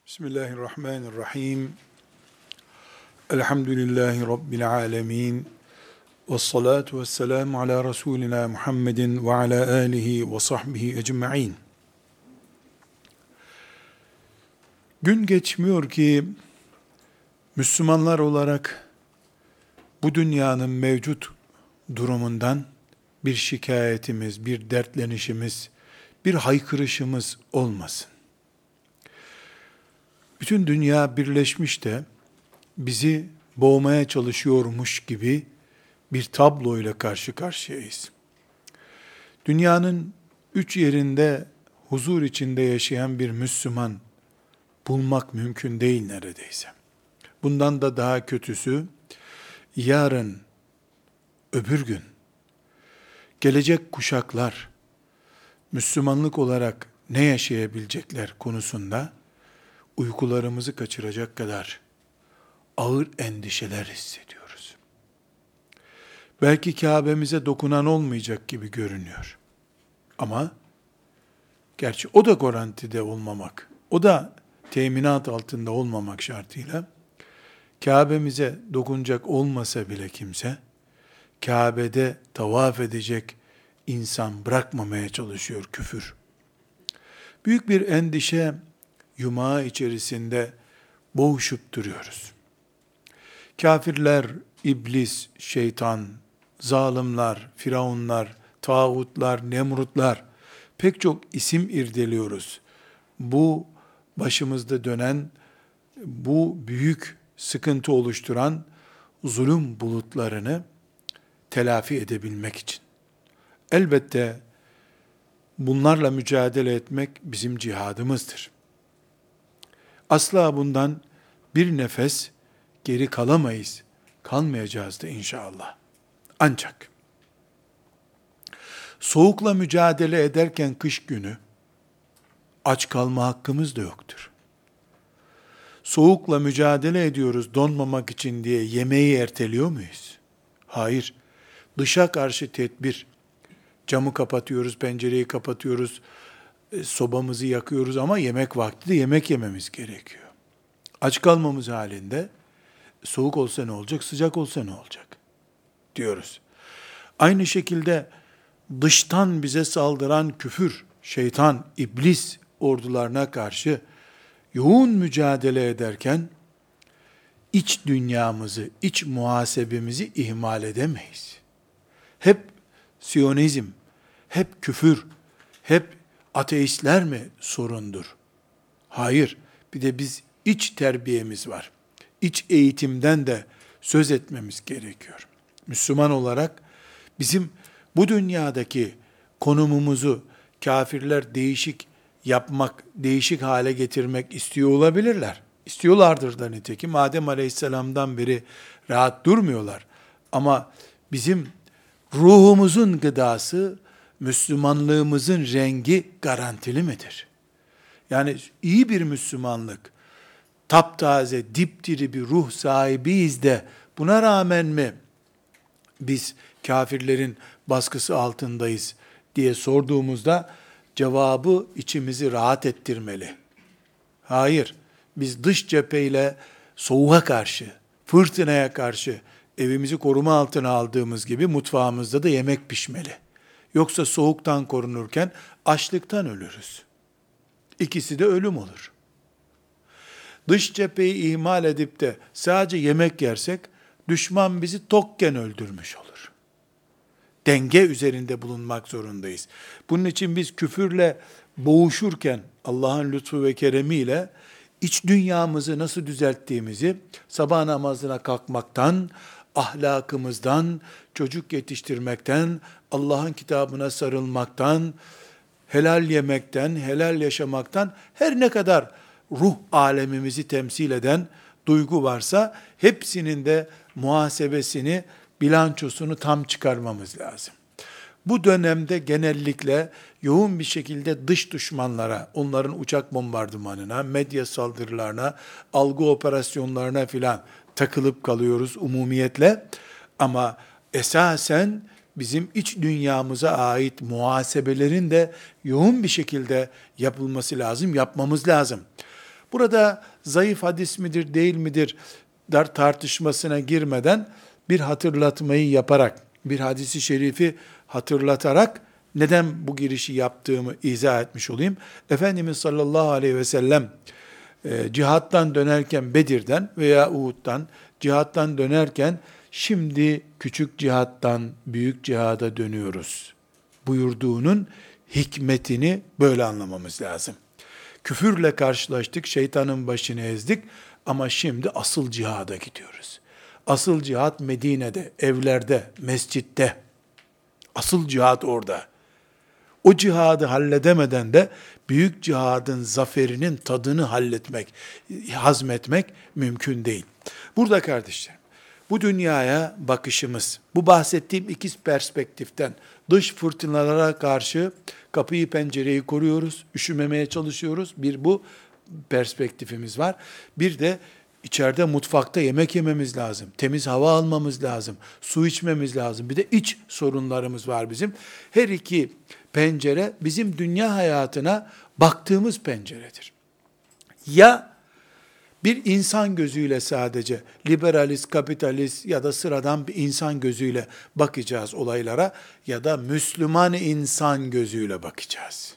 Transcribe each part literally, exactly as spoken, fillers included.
Bismillahirrahmanirrahim. Elhamdülillahi Rabbil alemin. Vessalatu vesselamu ala Resulina Muhammedin ve ala alihi ve sahbihi ecma'in. Gün geçmiyor ki Müslümanlar olarak bu dünyanın mevcut durumundan bir şikayetimiz, bir dertlenişimiz, bir haykırışımız olmasın. Bütün dünya birleşmiş de bizi boğmaya çalışıyormuş gibi bir tabloyla karşı karşıyayız. Dünyanın üç yerinde huzur içinde yaşayan bir Müslüman bulmak mümkün değil neredeyse. Bundan da daha kötüsü, yarın, öbür gün, gelecek kuşaklar Müslümanlık olarak ne yaşayabilecekler konusunda uykularımızı kaçıracak kadar ağır endişeler hissediyoruz. Belki Kabe'mize dokunan olmayacak gibi görünüyor. Ama gerçi o da garantide olmamak, o da teminat altında olmamak şartıyla Kabe'mize dokunacak olmasa bile kimse, Kabe'de tavaf edecek insan bırakmamaya çalışıyor küfür. Büyük bir endişe yumağı içerisinde boğuşup duruyoruz. Kafirler, iblis, şeytan, zalimler, firavunlar, tağutlar, nemrutlar, pek çok isim irdeliyoruz. Bu başımızda dönen, bu büyük sıkıntı oluşturan zulüm bulutlarını telafi edebilmek için. Elbette bunlarla mücadele etmek bizim cihadımızdır. Asla bundan bir nefes geri kalamayız. Kalmayacağız da inşallah. Ancak soğukla mücadele ederken kış günü aç kalma hakkımız da yoktur. Soğukla mücadele ediyoruz donmamak için diye yemeği erteliyor muyuz? Hayır. Dışa karşı tedbir. Camı kapatıyoruz, pencereyi kapatıyoruz, sobamızı yakıyoruz ama yemek vakti de yemek yememiz gerekiyor. Aç kalmamız halinde soğuk olsa ne olacak, sıcak olsa ne olacak diyoruz. Aynı şekilde dıştan bize saldıran küfür, şeytan, iblis ordularına karşı yoğun mücadele ederken iç dünyamızı, iç muhasebemizi ihmal edemeyiz. Hep Siyonizm, hep küfür, hep ateistler mi sorundur? Hayır, bir de biz iç terbiyemiz var. İç eğitimden de söz etmemiz gerekiyor. Müslüman olarak bizim bu dünyadaki konumumuzu kafirler değişik yapmak, değişik hale getirmek istiyor olabilirler. İstiyorlardır da nitekim. Adem Aleyhisselam'dan beri rahat durmuyorlar. Ama bizim ruhumuzun gıdası, Müslümanlığımızın rengi garantili midir? Yani iyi bir Müslümanlık, taptaze, dipdiri bir ruh sahibiyiz de buna rağmen mi biz kafirlerin baskısı altındayız diye sorduğumuzda cevabı içimizi rahat ettirmeli. Hayır, biz dış cepheyle soğuğa karşı, fırtınaya karşı evimizi koruma altına aldığımız gibi mutfağımızda da yemek pişmeli. Yoksa soğuktan korunurken açlıktan ölürüz. İkisi de ölüm olur. Dış cepheyi ihmal edip de sadece yemek yersek, düşman bizi tokken öldürmüş olur. Denge üzerinde bulunmak zorundayız. Bunun için biz küfürle boğuşurken, Allah'ın lütfu ve keremiyle, iç dünyamızı nasıl düzelttiğimizi, sabah namazına kalkmaktan, ahlakımızdan, çocuk yetiştirmekten, Allah'ın kitabına sarılmaktan, helal yemekten, helal yaşamaktan, her ne kadar ruh alemimizi temsil eden duygu varsa, hepsinin de muhasebesini, bilançosunu tam çıkarmamız lazım. Bu dönemde genellikle yoğun bir şekilde dış düşmanlara, onların uçak bombardımanına, medya saldırılarına, algı operasyonlarına filan takılıp kalıyoruz umumiyetle. Ama esasen bizim iç dünyamıza ait muhasebelerin de yoğun bir şekilde yapılması lazım, yapmamız lazım. Burada zayıf hadis midir, değil midir dar tartışmasına girmeden bir hatırlatmayı yaparak, bir hadisi şerifi hatırlatarak neden bu girişi yaptığımı izah etmiş olayım. Efendimiz sallallahu aleyhi ve sellem e, cihattan dönerken, Bedir'den veya Uhud'dan cihattan dönerken, şimdi küçük cihattan büyük cihada dönüyoruz buyurduğunun hikmetini böyle anlamamız lazım. Küfürle karşılaştık, şeytanın başını ezdik ama şimdi asıl cihada gidiyoruz. Asıl cihat Medine'de, evlerde, mescitte. Asıl cihat orada. O cihadı halledemeden de büyük cihadın zaferinin tadını halletmek, hazmetmek mümkün değil. Burada kardeşlerim, bu dünyaya bakışımız, bu bahsettiğim iki perspektiften, dış fırtınalara karşı kapıyı pencereyi koruyoruz, üşümemeye çalışıyoruz. Bir bu perspektifimiz var. Bir de içeride mutfakta yemek yememiz lazım, temiz hava almamız lazım, su içmemiz lazım. Bir de iç sorunlarımız var bizim. Her iki pencere bizim dünya hayatına baktığımız penceredir. Ya bir insan gözüyle sadece liberalist, kapitalist ya da sıradan bir insan gözüyle bakacağız olaylara ya da Müslüman insan gözüyle bakacağız.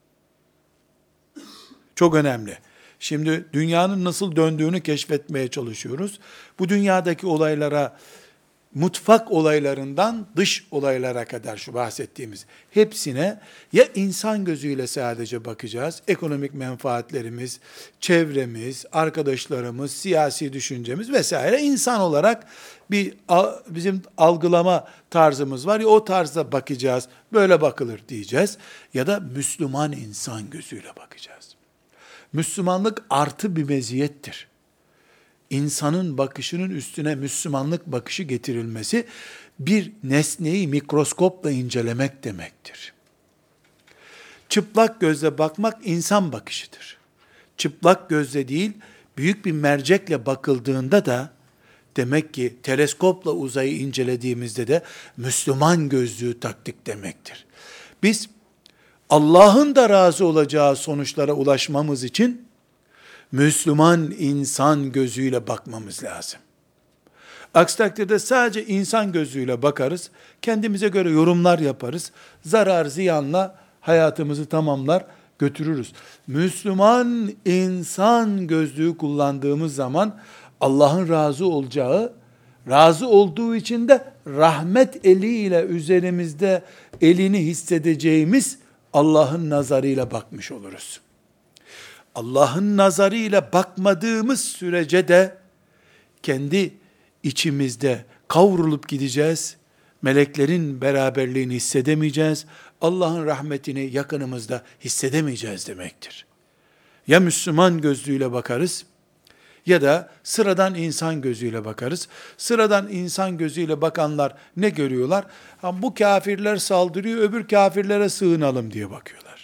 Çok önemli. Şimdi dünyanın nasıl döndüğünü keşfetmeye çalışıyoruz. Bu dünyadaki olaylara, mutfak olaylarından dış olaylara kadar şu bahsettiğimiz hepsine ya insan gözüyle sadece bakacağız. Ekonomik menfaatlerimiz, çevremiz, arkadaşlarımız, siyasi düşüncemiz vesaire insan olarak bir bizim algılama tarzımız var ya o tarzda bakacağız. Böyle bakılır diyeceğiz ya da Müslüman insan gözüyle bakacağız. Müslümanlık artı bir meziyettir. İnsanın bakışının üstüne Müslümanlık bakışı getirilmesi, bir nesneyi mikroskopla incelemek demektir. Çıplak gözle bakmak insan bakışıdır. Çıplak gözle değil, büyük bir mercekle bakıldığında da, demek ki teleskopla uzayı incelediğimizde de Müslüman gözlüğü taktik demektir. Biz Allah'ın da razı olacağı sonuçlara ulaşmamız için Müslüman insan gözüyle bakmamız lazım. Aksi takdirde sadece insan gözüyle bakarız, kendimize göre yorumlar yaparız, zarar ziyanla hayatımızı tamamlar, götürürüz. Müslüman insan gözlüğü kullandığımız zaman Allah'ın razı olacağı, razı olduğu için de rahmet eliyle üzerimizde elini hissedeceğimiz Allah'ın nazarıyla bakmış oluruz. Allah'ın nazarıyla bakmadığımız sürece de kendi içimizde kavrulup gideceğiz. Meleklerin beraberliğini hissedemeyeceğiz. Allah'ın rahmetini yakınımızda hissedemeyeceğiz demektir. Ya Müslüman gözlüğüyle bakarız ya da sıradan insan gözüyle bakarız. Sıradan insan gözüyle bakanlar ne görüyorlar? Ha, bu kafirler saldırıyor, öbür kafirlere sığınalım diye bakıyorlar.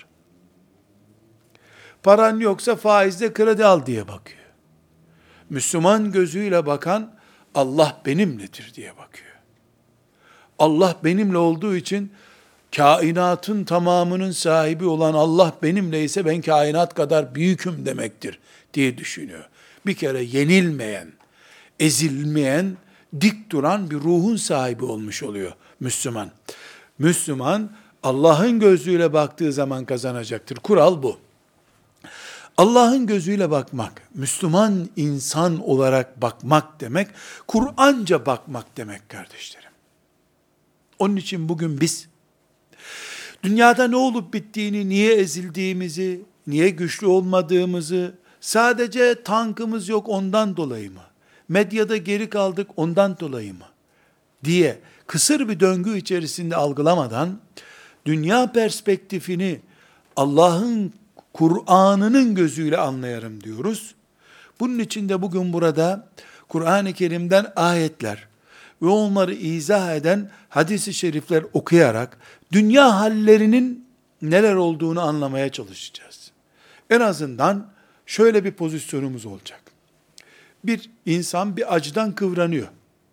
Paran yoksa faizle kredi al diye bakıyor. Müslüman gözüyle bakan, Allah benimledir diye bakıyor. Allah benimle olduğu için, kainatın tamamının sahibi olan Allah benimle ise ben kainat kadar büyüküm demektir diye düşünüyor. Bir kere yenilmeyen, ezilmeyen, dik duran bir ruhun sahibi olmuş oluyor Müslüman. Müslüman Allah'ın gözüyle baktığı zaman kazanacaktır. Kural bu. Allah'ın gözüyle bakmak, Müslüman insan olarak bakmak demek, Kur'anca bakmak demek kardeşlerim. Onun için bugün biz, dünyada ne olup bittiğini, niye ezildiğimizi, niye güçlü olmadığımızı, sadece tankımız yok ondan dolayı mı, medyada geri kaldık ondan dolayı mı, diye kısır bir döngü içerisinde algılamadan, dünya perspektifini Allah'ın Kur'an'ının gözüyle anlayarım diyoruz. Bunun için de bugün burada Kur'an-ı Kerim'den ayetler ve onları izah eden hadis-i şerifler okuyarak dünya hallerinin neler olduğunu anlamaya çalışacağız. En azından şöyle bir pozisyonumuz olacak. Bir insan bir acıdan kıvranıyor.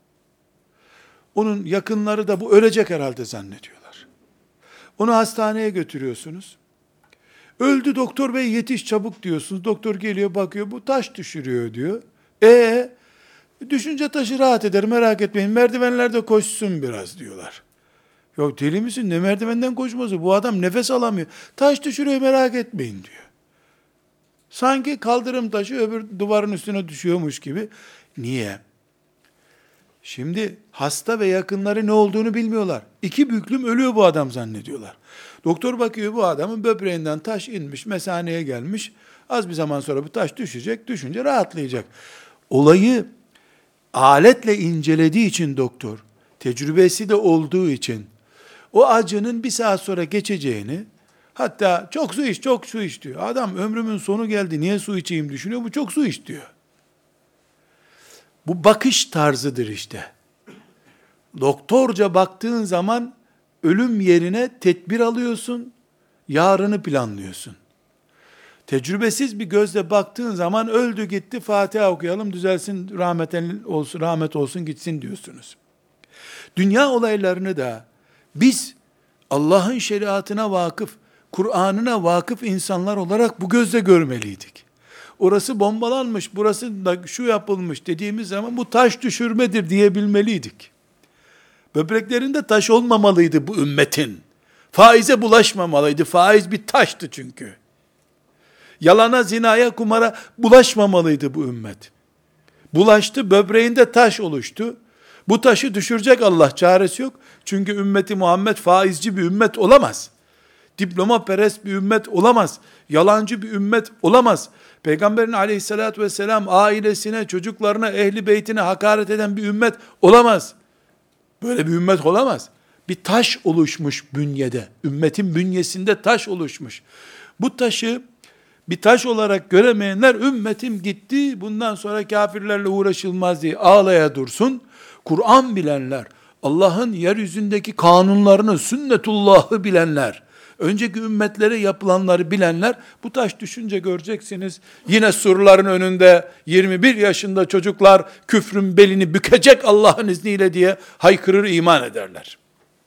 Onun yakınları da bu ölecek herhalde zannediyorlar. Onu hastaneye götürüyorsunuz. Öldü doktor bey yetiş çabuk diyorsunuz. Doktor geliyor bakıyor bu taş düşürüyor diyor. E düşünce taşı rahat eder merak etmeyin merdivenlerde koşsun biraz diyorlar. Yok deli misin ne merdivenden koşması bu adam nefes alamıyor. Taş düşürüyor merak etmeyin diyor. Sanki kaldırım taşı öbür duvarın üstüne düşüyormuş gibi. Niye? Şimdi hasta ve yakınları ne olduğunu bilmiyorlar. İki büklüm ölüyor bu adam zannediyorlar. Doktor bakıyor bu adamın böbreğinden taş inmiş, mesaneye gelmiş. Az bir zaman sonra bu taş düşecek, düşünce rahatlayacak. Olayı aletle incelediği için doktor, tecrübesi de olduğu için, o acının bir saat sonra geçeceğini, hatta çok su iç, çok su iç diyor. Adam ömrümün sonu geldi, niye su içeyim düşünüyor, bu çok su iç diyor. Bu bakış tarzıdır işte. Doktorca baktığın zaman ölüm yerine tedbir alıyorsun, yarını planlıyorsun. Tecrübesiz bir gözle baktığın zaman öldü gitti, Fatiha okuyalım düzelsin, rahmeten olsun, rahmet olsun gitsin diyorsunuz. Dünya olaylarını da biz Allah'ın şeriatına vakıf, Kur'an'ına vakıf insanlar olarak bu gözle görmeliydik. Orası bombalanmış, burası da şu yapılmış dediğimiz zaman bu taş düşürmedir diyebilmeliydik. Böbreklerinde taş olmamalıydı bu ümmetin. Faize bulaşmamalıydı. Faiz bir taştı çünkü. Yalana, zinaya, kumara bulaşmamalıydı bu ümmet. Bulaştı, böbreğinde taş oluştu. Bu taşı düşürecek Allah, çaresi yok. Çünkü ümmeti Muhammed faizci bir ümmet olamaz. Diploma perest bir ümmet olamaz. Yalancı bir ümmet olamaz. Peygamberin aleyhissalatü vesselam ailesine, çocuklarına, ehli beytine hakaret eden bir ümmet olamaz. Böyle bir ümmet olamaz. Bir taş oluşmuş bünyede. Ümmetin bünyesinde taş oluşmuş. Bu taşı bir taş olarak göremeyenler ümmetim gitti, bundan sonra kafirlerle uğraşılmaz diye ağlaya dursun. Kur'an bilenler, Allah'ın yeryüzündeki kanunlarını, sünnetullahı bilenler, önceki ümmetlere yapılanları bilenler, bu taş düşünce göreceksiniz, yine surların önünde yirmi bir yaşında çocuklar küfrün belini bükecek Allah'ın izniyle diye haykırır iman ederler.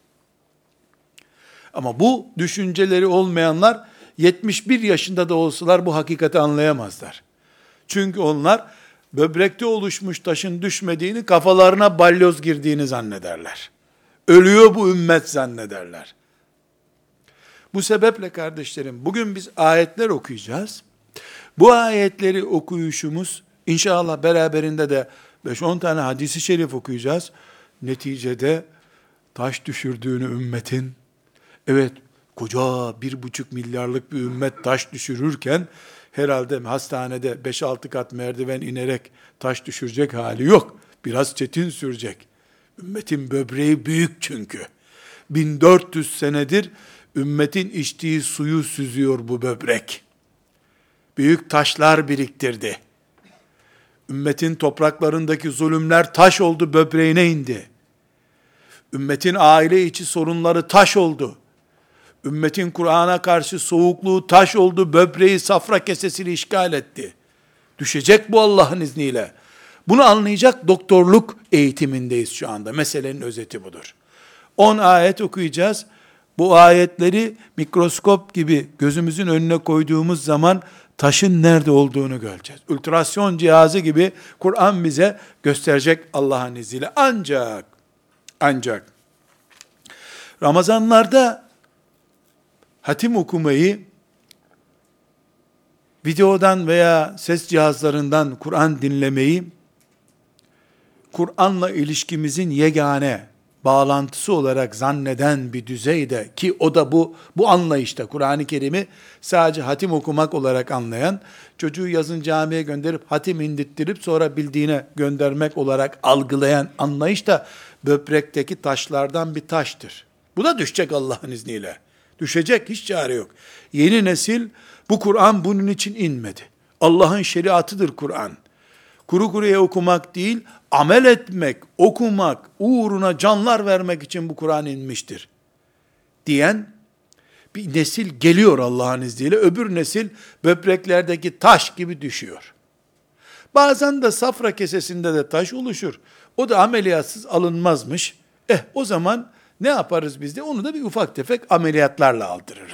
Ama bu düşünceleri olmayanlar, yetmiş bir yaşında da olsalar bu hakikati anlayamazlar. Çünkü onlar, böbrekte oluşmuş taşın düşmediğini, kafalarına balyoz girdiğini zannederler. Ölüyor bu ümmet zannederler. Bu sebeple kardeşlerim, bugün biz ayetler okuyacağız. Bu ayetleri okuyuşumuz, inşallah beraberinde de beş on tane hadisi şerif okuyacağız. Neticede taş düşürdüğünü ümmetin, evet koca bir buçuk milyarlık bir ümmet taş düşürürken, herhalde hastanede beş altı kat merdiven inerek taş düşürecek hali yok. Biraz çetin sürecek. Ümmetin böbreği büyük çünkü. bin dört yüz senedir ümmetin içtiği suyu süzüyor bu böbrek. Büyük taşlar biriktirdi. Ümmetin topraklarındaki zulümler taş oldu, böbreğine indi. Ümmetin aile içi sorunları taş oldu. Ümmetin Kur'an'a karşı soğukluğu taş oldu, böbreği safra kesesini işgal etti. Düşecek bu Allah'ın izniyle. Bunu anlayacak doktorluk eğitimindeyiz şu anda. Meselenin özeti budur. on ayet okuyacağız. Bu ayetleri mikroskop gibi gözümüzün önüne koyduğumuz zaman taşın nerede olduğunu göreceğiz. Ultrasyon cihazı gibi Kur'an bize gösterecek Allah'ın izniyle. Ancak, ancak Ramazanlarda hatim okumayı, videodan veya ses cihazlarından Kur'an dinlemeyi, Kur'an'la ilişkimizin yegane bağlantısı olarak zanneden bir düzeyde, ki o da bu bu anlayışta, Kur'an-ı Kerim'i sadece hatim okumak olarak anlayan, çocuğu yazın camiye gönderip hatim indirttirip sonra bildiğine göndermek olarak algılayan anlayış da böbrekteki taşlardan bir taştır. Bu da düşecek Allah'ın izniyle. Düşecek, hiç çare yok. Yeni nesil, bu Kur'an bunun için inmedi. Allah'ın şeriatıdır Kur'an. Kuru kuruya okumak değil, amel etmek, okumak, uğruna canlar vermek için bu Kur'an inmiştir diyen bir nesil geliyor Allah'ın izniyle. Öbür nesil böbreklerdeki taş gibi düşüyor. Bazen de safra kesesinde de taş oluşur. O da ameliyatsız alınmazmış. Eh o zaman ne yaparız biz de? Onu da bir ufak tefek ameliyatlarla aldırırız.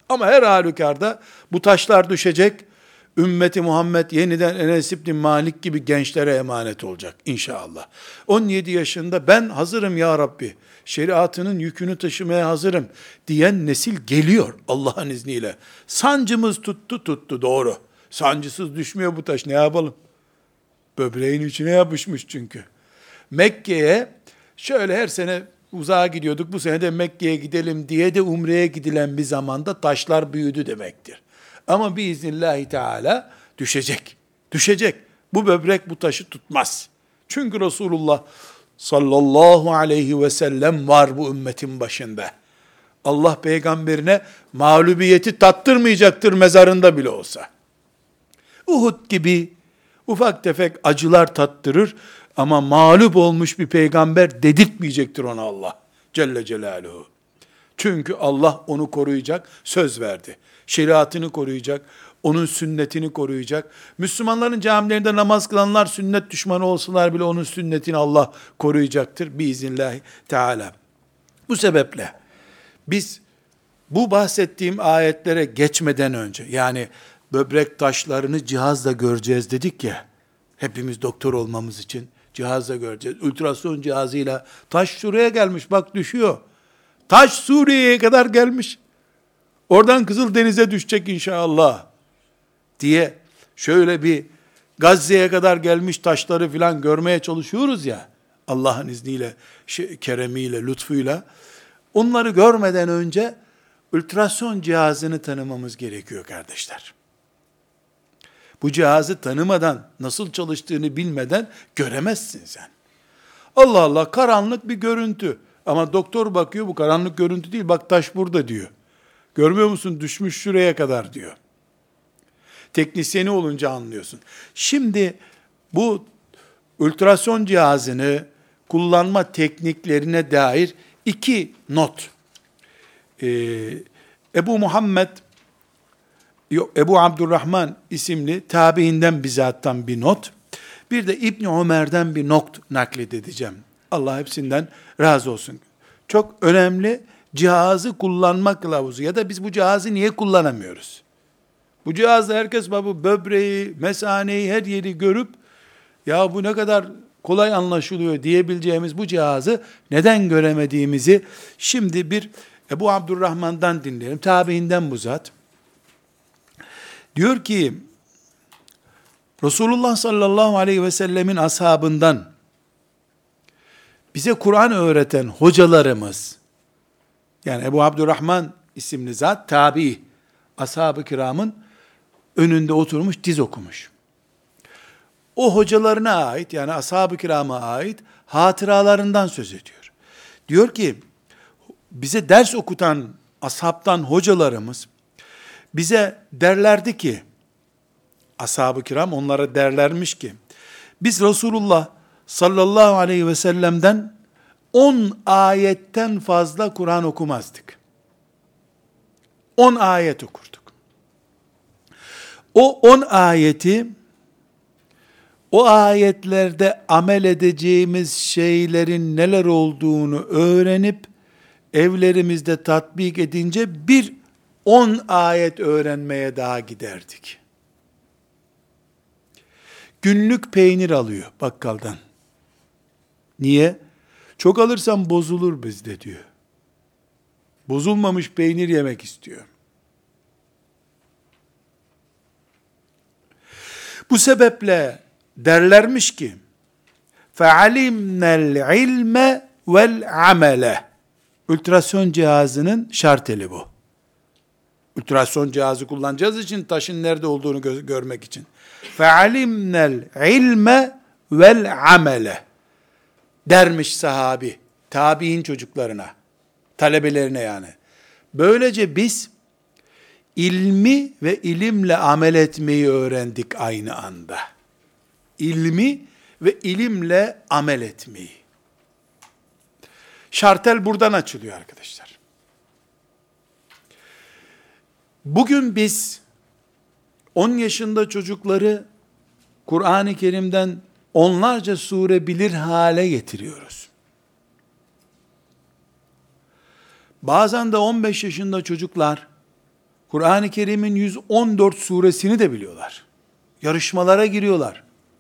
Ama her halükarda bu taşlar düşecek. Ümmeti Muhammed yeniden Enes İbni Malik gibi gençlere emanet olacak inşallah. on yedi yaşında ben hazırım ya Rabbi, şeriatının yükünü taşımaya hazırım diyen nesil geliyor Allah'ın izniyle. Sancımız tuttu tuttu, doğru. Sancısız düşmüyor bu taş, ne yapalım? Böbreğin içine yapışmış çünkü. Mekke'ye şöyle her sene uzağa gidiyorduk, bu sene de Mekke'ye gidelim diye de umreye gidilen bir zamanda taşlar büyüdü demektir. Ama biiznillahü teala düşecek. Düşecek. Bu böbrek bu taşı tutmaz. Çünkü Resulullah sallallahu aleyhi ve sellem var bu ümmetin başında. Allah peygamberine mağlubiyeti tattırmayacaktır mezarında bile olsa. Uhud gibi ufak tefek acılar tattırır ama mağlup olmuş bir peygamber dedirtmeyecektir ona Allah Celle Celaluhu. Çünkü Allah onu koruyacak, söz verdi. Şeriatını koruyacak, onun sünnetini koruyacak. Müslümanların camilerinde namaz kılanlar sünnet düşmanı olsalar bile onun sünnetini Allah koruyacaktır biiznillahü teala. Bu sebeple biz bu bahsettiğim ayetlere geçmeden önce, yani böbrek taşlarını cihazla göreceğiz dedik ya, hepimiz doktor olmamız için cihazla göreceğiz. Ultrason cihazıyla taş şuraya gelmiş, bak düşüyor. Taş Suriye'ye kadar gelmiş. Oradan Kızıldeniz'e düşecek inşallah diye şöyle bir Gazze'ye kadar gelmiş taşları filan görmeye çalışıyoruz ya, Allah'ın izniyle, şey, keremiyle, lütfuyla. Onları görmeden önce ultrason cihazını tanımamız gerekiyor kardeşler. Bu cihazı tanımadan, nasıl çalıştığını bilmeden göremezsin sen. Allah Allah, karanlık bir görüntü. Ama doktor bakıyor, bu karanlık görüntü değil, bak taş burada diyor. Görmüyor musun, düşmüş şuraya kadar diyor. Teknisyeni olunca anlıyorsun. Şimdi bu ultrason cihazını kullanma tekniklerine dair iki not. Ee, Ebu Muhammed, yok, Ebu Abdurrahman isimli tabiinden bizattan bir not. Bir de İbni Ömer'den bir not nakledeceğim. Allah hepsinden razı olsun. Çok önemli cihazı kullanma kılavuzu, ya da biz bu cihazı niye kullanamıyoruz? Bu cihazla herkes bu böbreği, mesaneyi, her yeri görüp ya bu ne kadar kolay anlaşılıyor diyebileceğimiz bu cihazı neden göremediğimizi şimdi bir Ebu Abdurrahman'dan dinleyelim. Tabiinden bu zat. Diyor ki Resulullah sallallahu aleyhi ve sellemin ashabından bize Kur'an öğreten hocalarımız, yani Ebu Abdurrahman isimli zat tabi, ashab-ı kiramın önünde oturmuş diz okumuş. O hocalarına ait, yani ashab-ı kirama ait hatıralarından söz ediyor. Diyor ki bize ders okutan ashabtan hocalarımız bize derlerdi ki, ashab-ı kiram onlara derlermiş ki, biz Resulullah sallallahu aleyhi ve sellem'den on ayetten fazla Kur'an okumazdık. on ayet okurduk. O on ayeti, o ayetlerde amel edeceğimiz şeylerin neler olduğunu öğrenip, evlerimizde tatbik edince bir on ayet öğrenmeye daha giderdik. Günlük peynir alıyor bakkaldan. Niye? Çok alırsam bozulur bizde diyor. Bozulmamış peynir yemek istiyor. Bu sebeple derlermiş ki فَعَلِمْنَا الْعِلْمَ وَالْعَمَلَ. Ultrason cihazının şarteli bu. Ultrason cihazı kullanacağız için taşın nerede olduğunu gö- görmek için. فَعَلِمْنَا الْعِلْمَ وَالْعَمَلَ dermiş sahabi, tabi'in çocuklarına, talebelerine yani. Böylece biz ilmi ve ilimle amel etmeyi öğrendik aynı anda. İlmi ve ilimle amel etmeyi. Şartel buradan açılıyor arkadaşlar. Bugün biz on yaşında çocukları Kur'an-ı Kerim'den onlarca sure bilir hale getiriyoruz. Bazen de on beş yaşında çocuklar Kur'an-ı Kerim'in yüz on dört suresini de biliyorlar. Yarışmalara giriyorlar.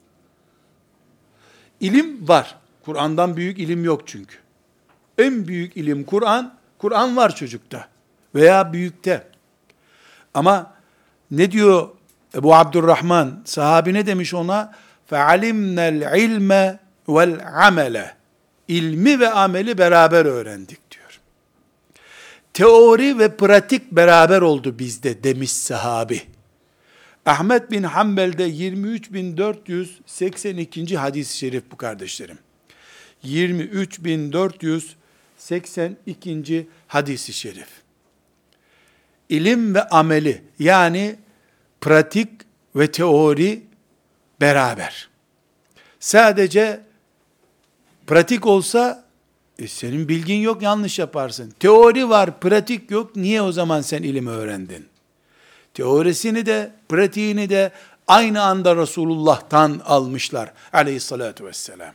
İlim var. Kur'an'dan büyük ilim yok çünkü. En büyük ilim Kur'an. Kur'an var çocukta veya büyükte. Ama ne diyor Ebu Abdurrahman? Sahabi ne demiş ona? فَعَلِمْنَا الْعِلْمَ وَالْعَمَلَ İlmi ve ameli beraber öğrendik diyor. Teori ve pratik beraber oldu bizde demiş sahabi. Ahmet bin Hanbel'de yirmi üç bin dört yüz seksen ikinci hadis-i şerif bu kardeşlerim. yirmi üç bin dört yüz seksen ikinci hadis-i şerif. İlim ve ameli yani pratik ve teori beraber. Sadece pratik olsa e senin bilgin yok, yanlış yaparsın. Teori var, pratik yok. Niye o zaman sen ilim öğrendin? Teorisini de, pratiğini de aynı anda Resulullah'tan almışlar aleyhissalatu vesselam.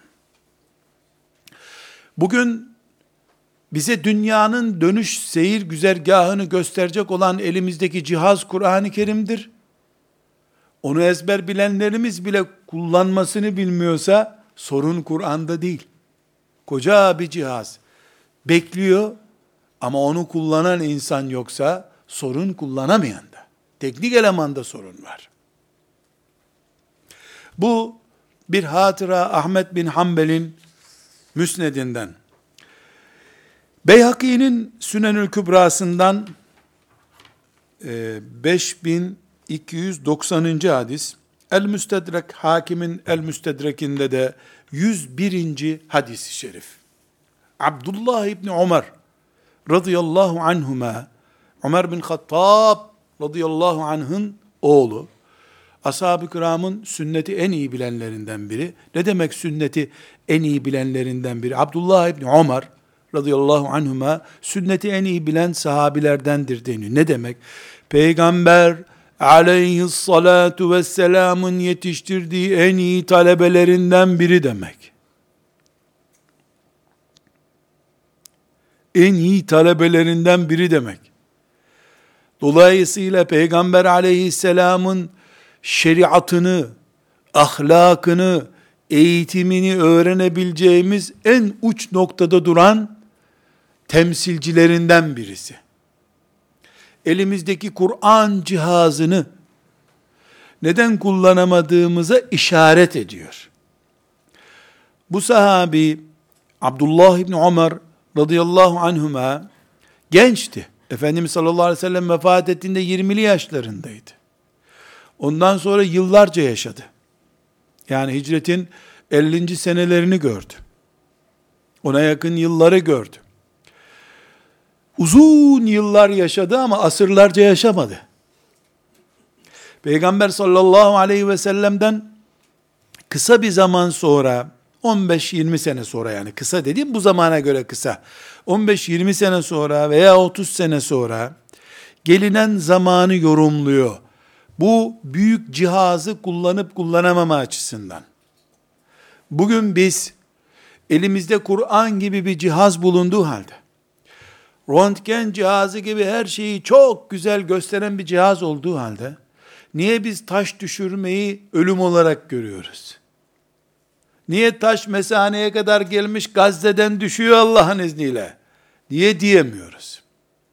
Bugün bize dünyanın dönüş seyir güzergahını gösterecek olan elimizdeki cihaz Kur'an-ı Kerim'dir. Onu ezber bilenlerimiz bile kullanmasını bilmiyorsa sorun Kur'an'da değil. Koca bir cihaz bekliyor ama onu kullanan insan yoksa sorun kullanamayan da. Teknik elemanda sorun var. Bu bir hatıra Ahmet bin Hanbel'in Müsned'inden. Beyhaki'nin Sünenül Kübrası'ndan beş bin iki yüz doksanıncı hadis, El-Müstedrek Hakim'in El-Müstedrek'inde de yüz birinci hadis-i şerif. Abdullah İbni Ömer radıyallahu anhuma, Ömer bin Hattab radıyallahu anh'ın oğlu, ashab-ı kiramın sünneti en iyi bilenlerinden biri. Ne demek sünneti en iyi bilenlerinden biri? Abdullah İbni Ömer radıyallahu anhuma sünneti en iyi bilen sahabilerdendir deniyor. Ne demek? Peygamber aleyhissalatu vesselamın yetiştirdiği en iyi talebelerinden biri demek. En iyi talebelerinden biri demek. Dolayısıyla Peygamber aleyhisselamın şeriatını, ahlakını, eğitimini öğrenebileceğimiz en uç noktada duran temsilcilerinden birisi. Elimizdeki Kur'an cihazını neden kullanamadığımıza işaret ediyor. Bu sahabi Abdullah İbni Ömer radıyallahu anhuma gençti. Efendimiz sallallahu aleyhi ve sellem vefat ettiğinde yirmili yaşlarındaydı. Ondan sonra yıllarca yaşadı. Yani hicretin ellinci senelerini gördü. Ona yakın yılları gördü. Uzun yıllar yaşadı ama asırlarca yaşamadı. Peygamber sallallahu aleyhi ve sellem'den kısa bir zaman sonra, on beş yirmi sene sonra, yani kısa dediğim bu zamana göre kısa, on beş yirmi sene sonra veya otuz sene sonra gelinen zamanı yorumluyor. Bu büyük cihazı kullanıp kullanamama açısından. Bugün biz elimizde Kur'an gibi bir cihaz bulunduğu halde, röntgen cihazı gibi her şeyi çok güzel gösteren bir cihaz olduğu halde, niye biz taş düşürmeyi ölüm olarak görüyoruz? Niye taş mesaneye kadar gelmiş Gazze'den düşüyor Allah'ın izniyle? Niye diyemiyoruz?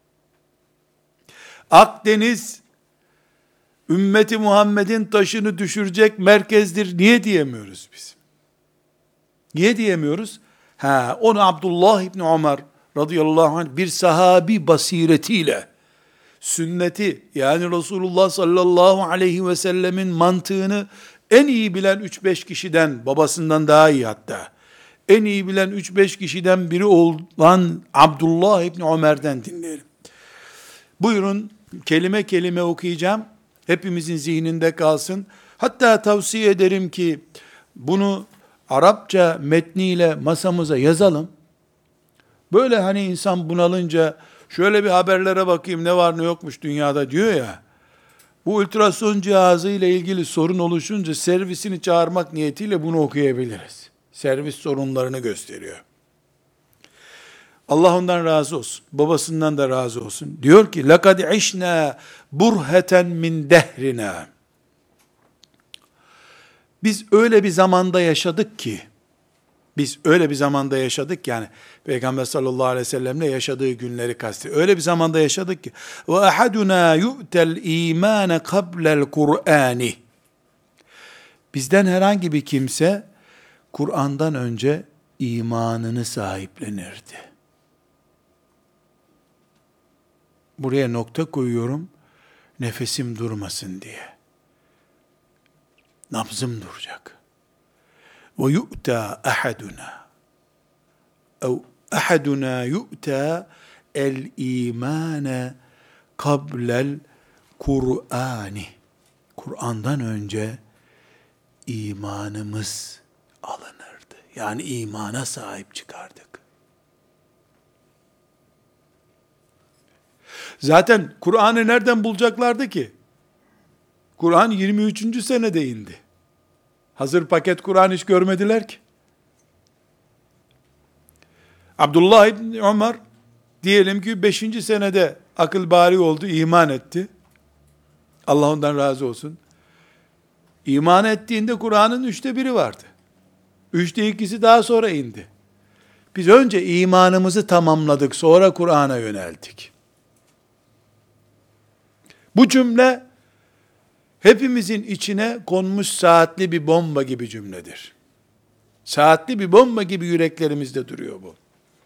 Akdeniz, ümmeti Muhammed'in taşını düşürecek merkezdir. Niye diyemiyoruz biz? Niye diyemiyoruz? Ha, onu Abdullah İbni Ömer radıyallahu anh bir sahabi basiretiyle sünneti, yani Resulullah sallallahu aleyhi ve sellemin mantığını en iyi bilen üç beş kişiden, babasından daha iyi hatta, en iyi bilen üç beş kişiden biri olan Abdullah İbni Ömer'den dinleyelim. Buyurun, kelime kelime okuyacağım. Hepimizin zihninde kalsın. Hatta tavsiye ederim ki bunu Arapça metniyle masamıza yazalım. Böyle hani insan bunalınca şöyle bir haberlere bakayım ne var ne yokmuş dünyada diyor ya. Bu ultrason cihazı ile ilgili sorun oluşunca servisini çağırmak niyetiyle bunu okuyabiliriz. Servis sorunlarını gösteriyor. Allah ondan razı olsun. Babasından da razı olsun. Diyor ki, لَقَدْ عِشْنَا بُرْهَةً مِنْ دَهْرِنَا. Biz öyle bir zamanda yaşadık ki, biz öyle bir zamanda yaşadık yani, Peygamber sallallahu aleyhi ve sellemle yaşadığı günleri kastediyor. Öyle bir zamanda yaşadık ki, وَاَحَدُنَا يُؤْتَ الْا۪يمَانَ قَبْلَ الْقُرْآنِ. Bizden herhangi bir kimse, Kur'an'dan önce imanını sahiplenirdi. Buraya nokta koyuyorum, nefesim durmasın diye. Nabzım duracak. وَيُؤْتَى أَحَدُنَا اَوْ أَحَدُنَا يُؤْتَى الْا۪يمَانَ قَبْلَ الْقُرْآنِ. Kur'an'dan önce imanımız alınırdı. Yani imana sahip çıkardık. Zaten Kur'an'ı nereden bulacaklardı ki? Kur'an yirmi üçüncü senede indi. Hazır paket Kur'an hiç görmediler ki. Abdullah İbni Ömer diyelim ki beşinci senede akıl bari oldu, iman etti. Allah ondan razı olsun. İman ettiğinde Kur'an'ın üçte biri vardı. Üçte ikisi daha sonra indi. Biz önce imanımızı tamamladık, sonra Kur'an'a yöneldik. Bu cümle hepimizin içine konmuş saatli bir bomba gibi cümledir. Saatli bir bomba gibi yüreklerimizde duruyor bu.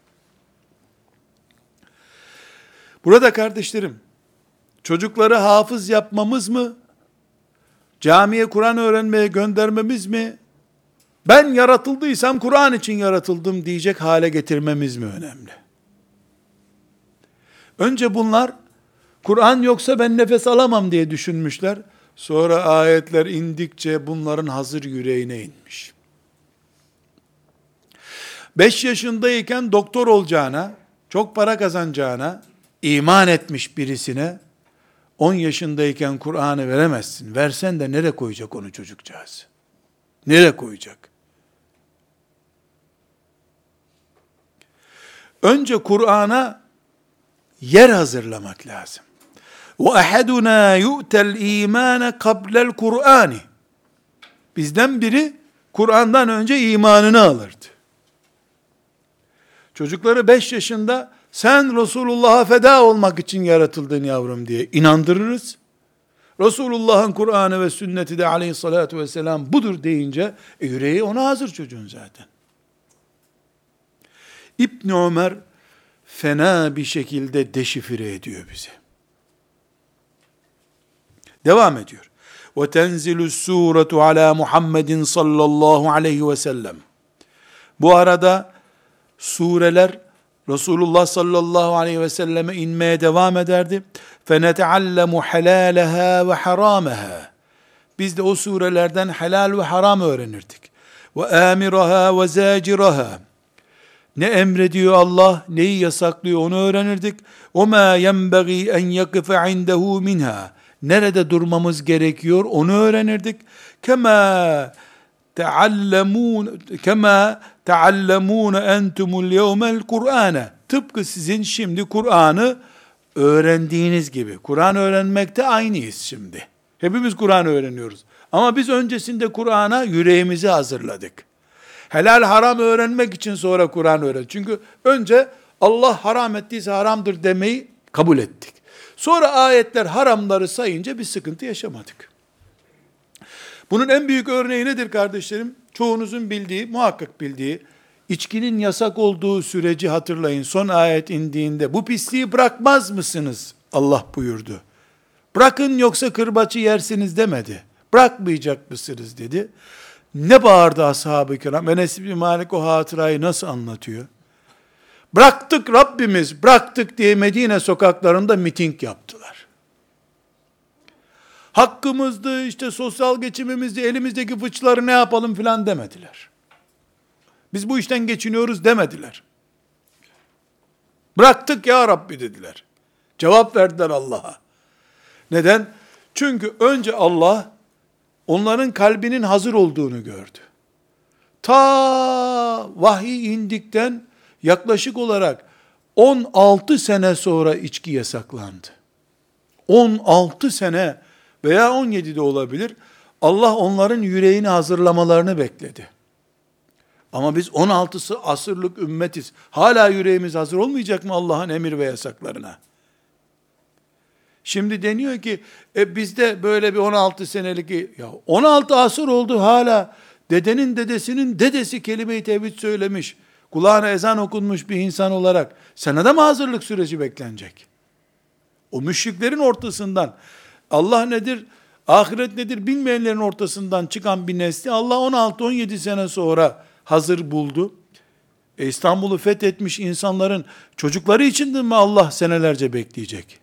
Burada kardeşlerim, çocukları hafız yapmamız mı, camiye Kur'an öğrenmeye göndermemiz mi, ben yaratıldıysam Kur'an için yaratıldım diyecek hale getirmemiz mi önemli? Önce bunlar, Kur'an yoksa ben nefes alamam diye düşünmüşler. Sonra ayetler indikçe bunların hazır yüreğine inmiş. Beş yaşındayken doktor olacağına, çok para kazanacağına, iman etmiş birisine, on yaşındayken Kur'an'ı veremezsin. Versen de nereye koyacak onu çocukcağız? Nereye koyacak? Önce Kur'an'a yer hazırlamak lazım. وَاَحَدُنَا يُؤْتَ الْا۪يمَانَ قَبْلَ الْقُرْآنِ. Bizden biri Kur'an'dan önce imanını alırdı. Çocukları beş yaşında sen Resulullah'a feda olmak için yaratıldın yavrum diye inandırırız. Resulullah'ın Kur'an'ı ve sünneti de aleyhissalatu vesselam budur deyince e, yüreği ona hazır çocuğun zaten. İbn Ömer fena bir şekilde deşifre ediyor bizi. Devam ediyor. وَتَنْزِلُ السُّورَةُ عَلَى مُحَمَّدٍ sallallahu aleyhi ve sellem. Bu arada sureler Resulullah sallallahu aleyhi ve selleme inmeye devam ederdi. فَنَتَعَلَّمُ حَلَالَهَا وَحَرَامَهَا. Biz de o surelerden helal ve haram öğrenirdik. وَآمِرَهَا وَزَاجِرَهَا. Ne emrediyor Allah, neyi yasaklıyor onu öğrenirdik. وَمَا يَنْبَغِي اَنْ يَقِفَ عِنْدَهُ مِنْهَا. Nerede durmamız gerekiyor onu öğrenirdik. Kema teallemun kema teallemun entumul yevmel Kur'ane. Tıpkı sizin şimdi Kur'an'ı öğrendiğiniz gibi. Kur'an öğrenmekte aynıyız şimdi. Hepimiz Kur'an öğreniyoruz. Ama biz öncesinde Kur'an'a yüreğimizi hazırladık. Helal haram öğrenmek için sonra Kur'an öğren. Çünkü önce Allah haram ettiyse haramdır demeyi kabul ettik. Sonra ayetler haramları sayınca bir sıkıntı yaşamadık. Bunun en büyük örneği nedir kardeşlerim? Çoğunuzun bildiği, muhakkak bildiği, içkinin yasak olduğu süreci hatırlayın. Son ayet indiğinde, bu pisliği bırakmaz mısınız? Allah buyurdu. Bırakın yoksa kırbaçı yersiniz demedi. Bırakmayacak mısınız dedi. Ne bağırdı ashab-ı kiram? Enes bin Malik o hatırayı nasıl anlatıyor? Bıraktık Rabbimiz, bıraktık diye Medine sokaklarında miting yaptılar. Hakkımızdı, işte sosyal geçimimizdi, elimizdeki fıçları ne yapalım filan demediler. Biz bu işten geçiniyoruz demediler. Bıraktık ya Rabbi dediler. Cevap verdiler Allah'a. Neden? Çünkü önce Allah onların kalbinin hazır olduğunu gördü. Ta vahiy indikten yaklaşık olarak on altı sene sonra içki yasaklandı. on altı sene veya on yedi de olabilir. Allah onların yüreğini hazırlamalarını bekledi. Ama biz on altısı asırlık ümmetiz. Hala yüreğimiz hazır olmayacak mı Allah'ın emir ve yasaklarına? Şimdi deniyor ki e bizde böyle bir on altı senelik, ya on altı asır oldu, hala dedenin dedesinin dedesi kelime-i tevhid söylemiş, kulağına ezan okunmuş bir insan olarak sana da mı hazırlık süreci beklenecek? O müşriklerin ortasından, Allah nedir, ahiret nedir bilmeyenlerin ortasından çıkan bir nesli Allah on altı on yedi sene sonra hazır buldu. E İstanbul'u fethetmiş insanların çocukları için de mi Allah senelerce bekleyecek?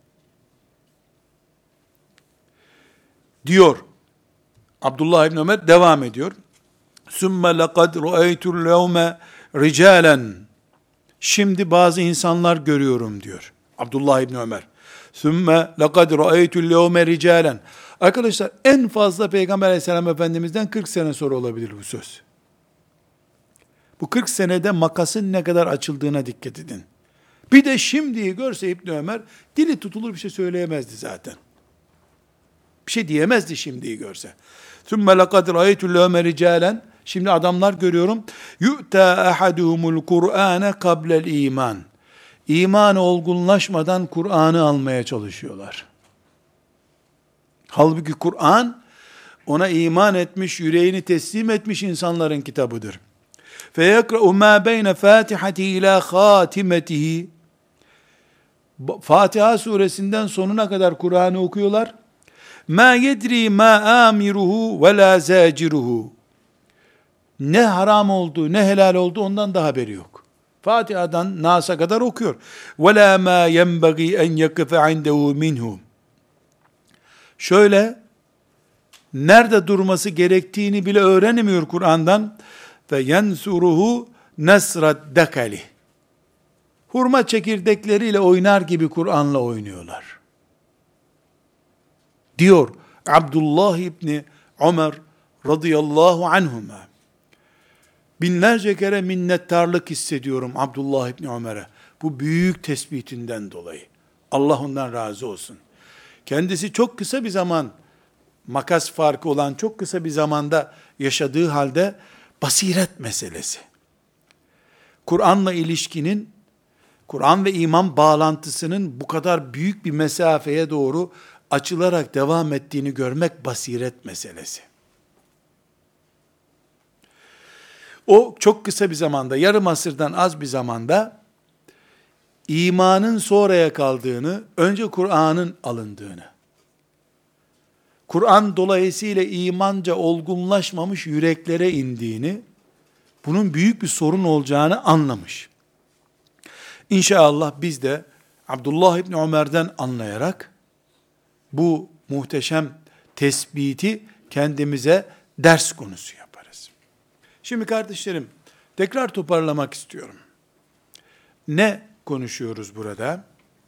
Diyor. Abdullah İbni Ömer devam ediyor. Sümme lekad ru'eytul levme ricalen. Şimdi bazı insanlar görüyorum diyor Abdullah İbni Ömer. Sümme lekad ru'eytul levme ricalen. Arkadaşlar en fazla Peygamber Aleyhisselam Efendimiz'den kırk sene sonra olabilir bu söz. Bu kırk senede makasın ne kadar açıldığına dikkat edin. Bir de şimdiyi görse İbni Ömer dili tutulur bir şey söyleyemezdi zaten. Bir şey diyemezdi şimdiyi görse. ثُمَّ لَقَدْ رَأَيْتُ اللَّهُمَ رِجَالًا. Şimdi adamlar görüyorum. يُؤْتَى أَحَدُهُمُ الْقُرْآنَ قَبْلَ الْا۪يمَانِ. İman olgunlaşmadan Kur'an'ı almaya çalışıyorlar. Halbuki Kur'an, ona iman etmiş, yüreğini teslim etmiş insanların kitabıdır. فَيَقْرَأُ مَا بَيْنَ فَاتِحَتِهِ اِلَى خَاتِمَتِهِ. Fatiha suresinden sonuna kadar Kur'an'ı okuyorlar. Ma yedri ma amiruhu ve la zaciruhu. Ne haram oldu, ne helal oldu ondan da haberi yok. Fatiha'dan Nas'a kadar okuyor. Ve la ma yenbagi en yakife indehu minhu. Şöyle, nerede durması gerektiğini bile öğrenemiyor Kur'an'dan. Ve yensuruhu nesrat dekali. Hurma çekirdekleriyle oynar gibi Kur'an'la oynuyorlar. Diyor Abdullah İbni Ömer radıyallahu anhuma. Binlerce kere minnettarlık hissediyorum Abdullah İbni Ömer'e. Bu büyük tespitinden dolayı. Allah ondan razı olsun. Kendisi çok kısa bir zaman, makas farkı olan çok kısa bir zamanda yaşadığı halde basiret meselesi. Kur'an'la ilişkinin, Kur'an ve iman bağlantısının bu kadar büyük bir mesafeye doğru açılarak devam ettiğini görmek basiret meselesi. O çok kısa bir zamanda, yarım asırdan az bir zamanda imanın sonraya kaldığını, önce Kur'an'ın alındığını, Kur'an dolayısıyla imanca olgunlaşmamış yüreklere indiğini, bunun büyük bir sorun olacağını anlamış. İnşallah biz de Abdullah İbni Ömer'den anlayarak bu muhteşem tespiti kendimize ders konusu yaparız. Şimdi kardeşlerim, tekrar toparlamak istiyorum. Ne konuşuyoruz burada?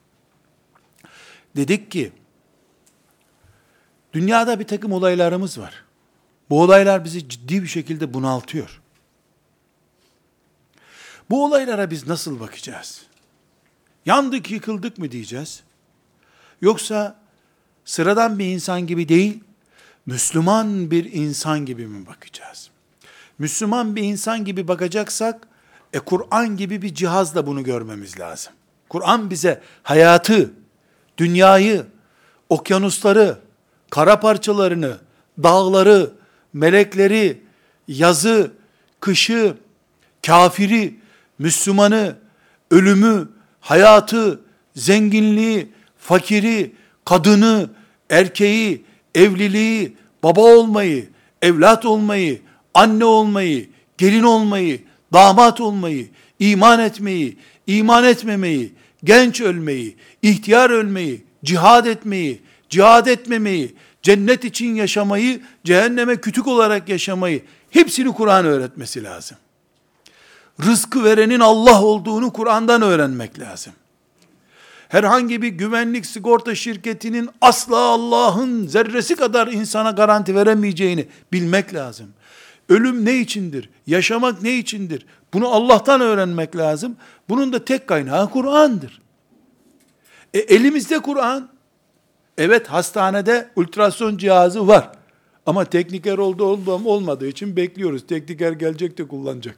Dedik ki, dünyada bir takım olaylarımız var. Bu olaylar bizi ciddi bir şekilde bunaltıyor. Bu olaylara biz nasıl bakacağız? Yandık, yıkıldık mı diyeceğiz? Yoksa sıradan bir insan gibi değil, Müslüman bir insan gibi mi bakacağız? Müslüman bir insan gibi bakacaksak, e Kur'an gibi bir cihazla bunu görmemiz lazım. Kur'an bize hayatı, dünyayı, okyanusları, kara parçalarını, dağları, melekleri, yazı, kışı, kafiri, Müslümanı, ölümü, hayatı, zenginliği, fakiri, kadını, erkeği, evliliği, baba olmayı, evlat olmayı, anne olmayı, gelin olmayı, damat olmayı, iman etmeyi, iman etmemeyi, genç ölmeyi, ihtiyar ölmeyi, cihad etmeyi, cihad etmemeyi, cennet için yaşamayı, cehenneme kütük olarak yaşamayı, hepsini Kur'an öğretmesi lazım. Rızkı verenin Allah olduğunu Kur'an'dan öğrenmek lazım. Herhangi bir güvenlik sigorta şirketinin asla Allah'ın zerresi kadar insana garanti veremeyeceğini bilmek lazım. Ölüm ne içindir? Yaşamak ne içindir? Bunu Allah'tan öğrenmek lazım. Bunun da tek kaynağı Kur'an'dır. E, elimizde Kur'an. Evet, hastanede ultrason cihazı var. Ama tekniker oldu olmadığı için bekliyoruz. Tekniker gelecek de kullanacak.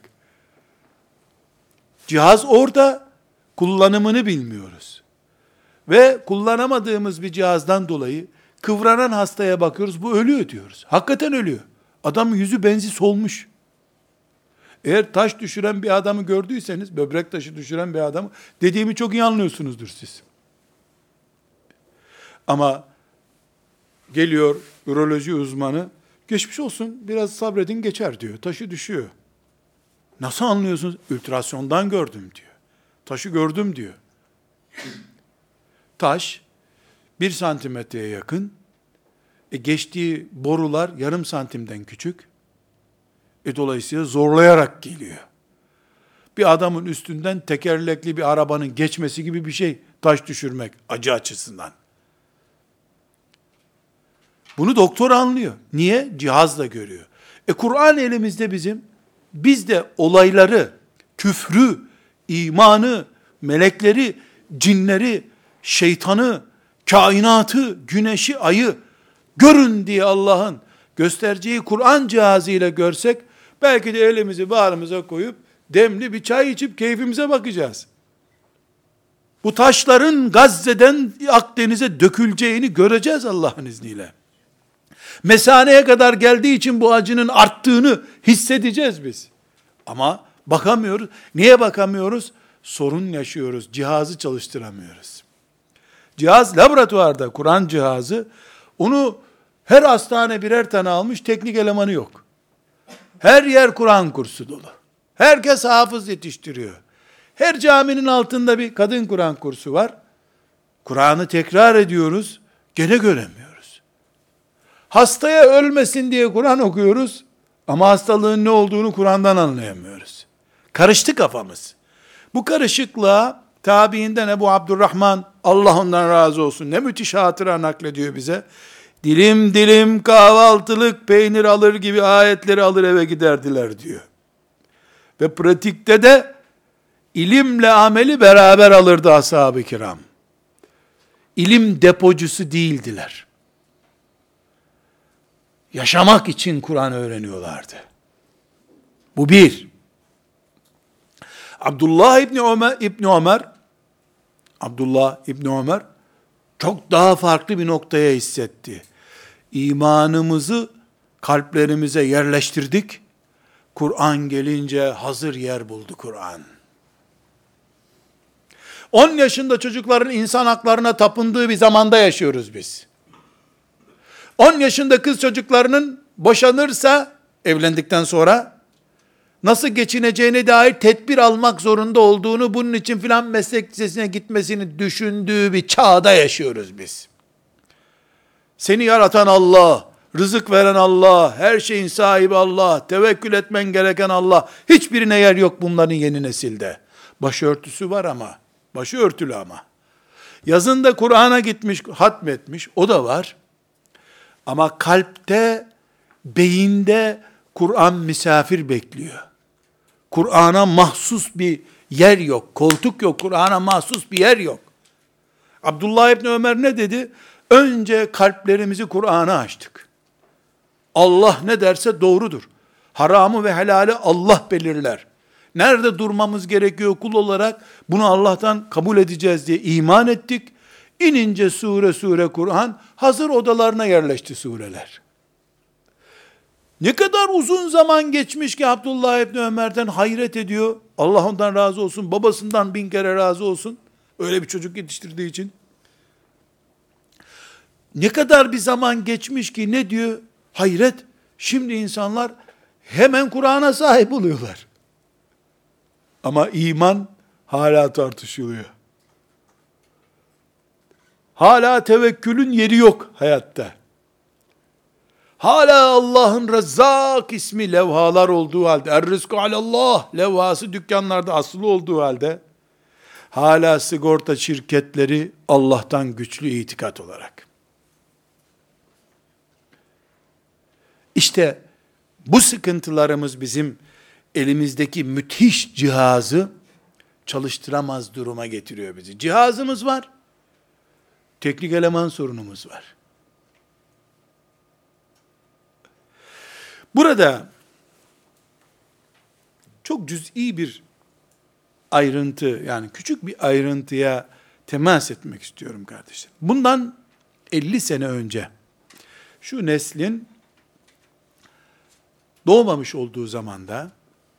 Cihaz orada, kullanımını bilmiyoruz. Ve kullanamadığımız bir cihazdan dolayı kıvranan hastaya bakıyoruz, bu ölüyor diyoruz. Hakikaten ölüyor. Adamın yüzü benzi solmuş. Eğer taş düşüren bir adamı gördüyseniz, böbrek taşı düşüren bir adamı, dediğimi çok iyi anlıyorsunuzdur siz. Ama geliyor üroloji uzmanı, geçmiş olsun biraz sabredin geçer diyor. Taşı düşüyor. Nasıl anlıyorsunuz? Ultrasondan gördüm diyor. Taşı gördüm diyor. Taş bir santimetreye yakın. E geçtiği borular yarım santimden küçük. E dolayısıyla zorlayarak geliyor. Bir adamın üstünden tekerlekli bir arabanın geçmesi gibi bir şey taş düşürmek acı açısından. Bunu doktor anlıyor. Niye? Cihazla görüyor. E Kur'an elimizde bizim. Biz de olayları, küfrü, imanı, melekleri, cinleri, şeytanı, kainatı, güneşi, ayı görün diye Allah'ın göstereceği Kur'an cihazıyla görsek, belki de elimizi bağrımıza koyup demli bir çay içip keyfimize bakacağız. Bu taşların Gazze'den Akdeniz'e döküleceğini göreceğiz Allah'ın izniyle. Mesaneye kadar geldiği için bu acının arttığını hissedeceğiz biz. Ama bakamıyoruz. Niye bakamıyoruz? Sorun yaşıyoruz. Cihazı çalıştıramıyoruz. Cihaz laboratuvarda, Kur'an cihazı. Onu her hastane birer tane almış, teknik elemanı yok. Her yer Kur'an kursu dolu. Herkes hafız yetiştiriyor. Her caminin altında bir kadın Kur'an kursu var. Kur'an'ı tekrar ediyoruz, gene göremiyoruz. Hastaya ölmesin diye Kur'an okuyoruz, ama hastalığın ne olduğunu Kur'an'dan anlayamıyoruz. Karıştı kafamız. Bu karışıklığa tabiinden Ebu Abdurrahman, Allah ondan razı olsun, ne müthiş hatıra naklediyor bize. Dilim dilim kahvaltılık peynir alır gibi ayetleri alır eve giderdiler diyor. Ve pratikte de ilimle ameli beraber alırdı ashab-ı kiram. İlim depocusu değildiler. Yaşamak için Kur'an öğreniyorlardı. Bu bir. Abdullah İbni Ömer, İbni Ömer, Abdullah İbni Ömer çok daha farklı bir noktaya hissetti. İmanımızı kalplerimize yerleştirdik. Kur'an gelince hazır yer buldu Kur'an. on yaşında çocukların insan haklarına tapındığı bir zamanda yaşıyoruz biz. on yaşında kız çocuklarının boşanırsa, evlendikten sonra, nasıl geçineceğine dair tedbir almak zorunda olduğunu, bunun için filan meslek lisesine gitmesini düşündüğü bir çağda yaşıyoruz biz. Seni yaratan Allah, rızık veren Allah, her şeyin sahibi Allah, tevekkül etmen gereken Allah, hiçbirine yer yok bunların yeni nesilde. Başörtüsü var ama, başı örtülü ama. Yazında Kur'an'a gitmiş, hatmetmiş, o da var. Ama kalpte, beyinde Kur'an misafir bekliyor. Kur'an'a mahsus bir yer yok, koltuk yok, Kur'an'a mahsus bir yer yok. Abdullah İbni Ömer ne dedi? Önce kalplerimizi Kur'an'a açtık. Allah ne derse doğrudur. Haramı ve helali Allah belirler. Nerede durmamız gerekiyor kul olarak? Bunu Allah'tan kabul edeceğiz diye iman ettik. İnince sure sure Kur'an, hazır odalarına yerleşti sureler. Ne kadar uzun zaman geçmiş ki Abdullah İbni Ömer'den hayret ediyor. Allah ondan razı olsun, babasından bin kere razı olsun. Öyle bir çocuk yetiştirdiği için. Ne kadar bir zaman geçmiş ki ne diyor? Hayret, şimdi insanlar hemen Kur'an'a sahip oluyorlar. Ama iman hala tartışılıyor. Hala tevekkülün yeri yok hayatta. Hala Allah'ın Rezzak ismi levhalar olduğu halde, Er-Rizku alallah levhası dükkanlarda asılı olduğu halde, hala sigorta şirketleri Allah'tan güçlü itikat olarak. İşte Bu sıkıntılarımız bizim elimizdeki müthiş cihazı çalıştıramaz duruma getiriyor bizi. Cihazımız var, teknik eleman sorunumuz var. Burada çok cüz'i bir ayrıntı, yani küçük bir ayrıntıya temas etmek istiyorum kardeşlerim. Bundan elli sene önce şu neslin doğmamış olduğu zamanda,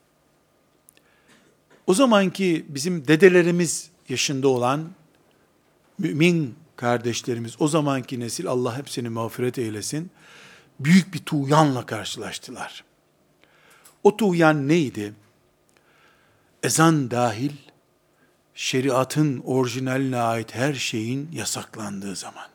o zamanki bizim dedelerimiz yaşında olan mümin kardeşlerimiz, o zamanki nesil, Allah hepsini mağfiret eylesin, büyük bir tuğyanla karşılaştılar. O tuğyan neydi? Ezan dahil, şeriatın orijinaline ait her şeyin yasaklandığı zaman.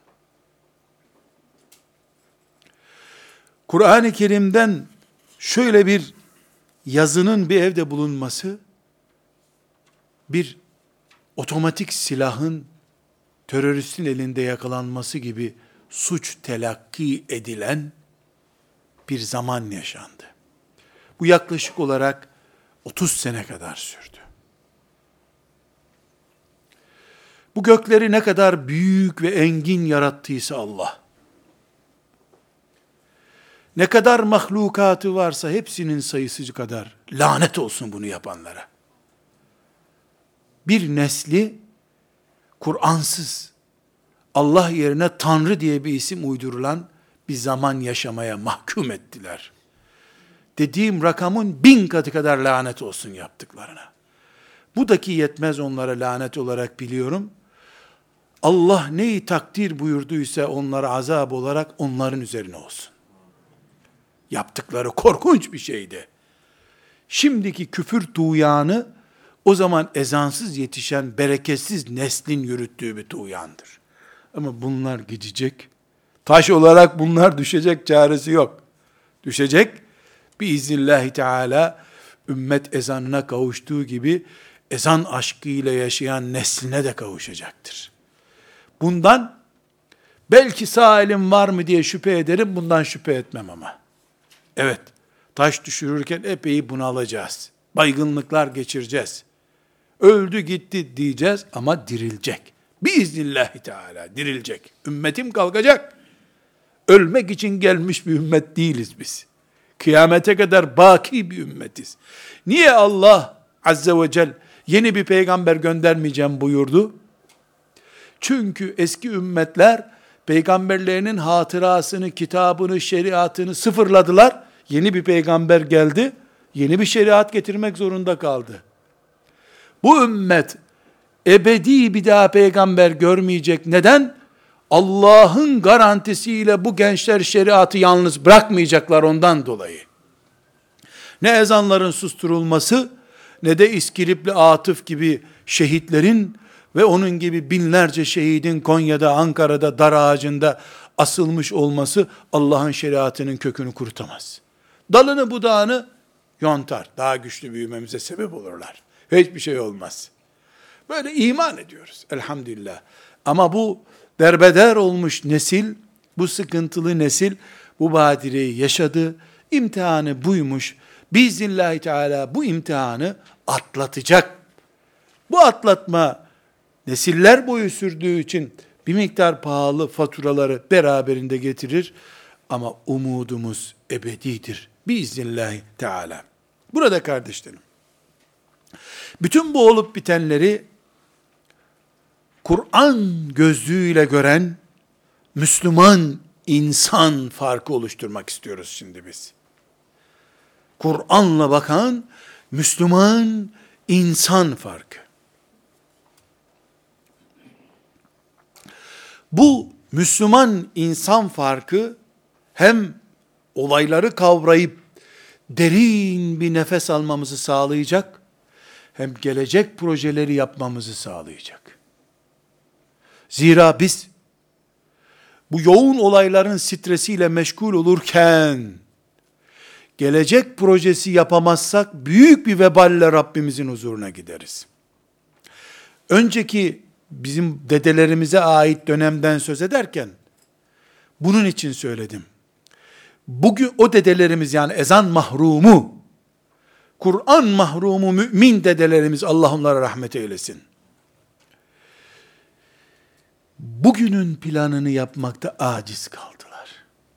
Kur'an-ı Kerim'den şöyle bir yazının bir evde bulunması, bir otomatik silahın teröristin elinde yakalanması gibi suç telakki edilen bir zaman yaşandı. Bu yaklaşık olarak otuz sene kadar sürdü. Bu gökleri ne kadar büyük ve engin yarattıysa Allah, ne kadar mahlukatı varsa hepsinin sayısı kadar lanet olsun bunu yapanlara. Bir nesli Kur'ansız, Allah yerine Tanrı diye bir isim uydurulan bir zaman yaşamaya mahkum ettiler. Dediğim rakamın bin katı kadar lanet olsun yaptıklarına. Bu daki yetmez onlara lanet olarak biliyorum. Allah neyi takdir buyurduysa onlara azap olarak onların üzerine olsun. Yaptıkları korkunç bir şeydi. Şimdiki küfür tuğyanı, o zaman ezansız yetişen bereketsiz neslin yürüttüğü bir tuğyandır. Ama bunlar gidecek. Taş olarak bunlar düşecek, çaresi yok. Düşecek. Biiznillahü Teala ümmet ezanına kavuştuğu gibi ezan aşkıyla yaşayan nesline de kavuşacaktır. Bundan belki sağ elim var mı diye şüphe ederim, bundan şüphe etmem ama. Evet, taş düşürürken epey bunalacağız. Baygınlıklar geçireceğiz. Öldü gitti diyeceğiz ama dirilecek. Biiznillahü Teala dirilecek. Ümmetim kalkacak. Ölmek için gelmiş bir ümmet değiliz biz. Kıyamete kadar baki bir ümmetiz. Niye Allah Azze ve Celle yeni bir peygamber göndermeyeceğim buyurdu? Çünkü eski ümmetler peygamberlerinin hatırasını, kitabını, şeriatını sıfırladılar. Yeni bir peygamber geldi. Yeni bir şeriat getirmek zorunda kaldı. Bu ümmet ebedi bir daha peygamber görmeyecek. Neden? Allah'ın garantisiyle bu gençler şeriatı yalnız bırakmayacaklar ondan dolayı. Ne ezanların susturulması, ne de İskilipli Atıf gibi şehitlerin ve onun gibi binlerce şehidin Konya'da, Ankara'da, dar ağacında asılmış olması Allah'ın şeriatının kökünü kurutamaz. Dalını budağını yontar. Daha güçlü büyümemize sebep olurlar. Hiçbir şey olmaz. Böyle iman ediyoruz elhamdülillah. Ama bu derbeder olmuş nesil, bu sıkıntılı nesil bu badireyi yaşadı. İmtihanı buymuş. Biiznillahü Teala bu imtihanı atlatacak. Bu atlatma nesiller boyu sürdüğü için bir miktar pahalı faturaları beraberinde getirir. Ama umudumuz ebedidir. Biiznillahü Teala. Burada kardeşlerim, bütün bu olup bitenleri Kur'an gözlüğüyle gören Müslüman insan farkı oluşturmak istiyoruz şimdi biz. Kur'an'la bakan Müslüman insan farkı. Bu Müslüman insan farkı hem olayları kavrayıp derin bir nefes almamızı sağlayacak, hem gelecek projeleri yapmamızı sağlayacak. Zira biz bu yoğun olayların stresiyle meşgul olurken gelecek projesi yapamazsak büyük bir veballe Rabbimizin huzuruna gideriz. Önceki bizim dedelerimize ait dönemden söz ederken bunun için söyledim. bugün o dedelerimiz, yani ezan mahrumu, Kur'an mahrumu mümin dedelerimiz, Allah onlara rahmet eylesin, bugünün planını yapmakta aciz kaldılar.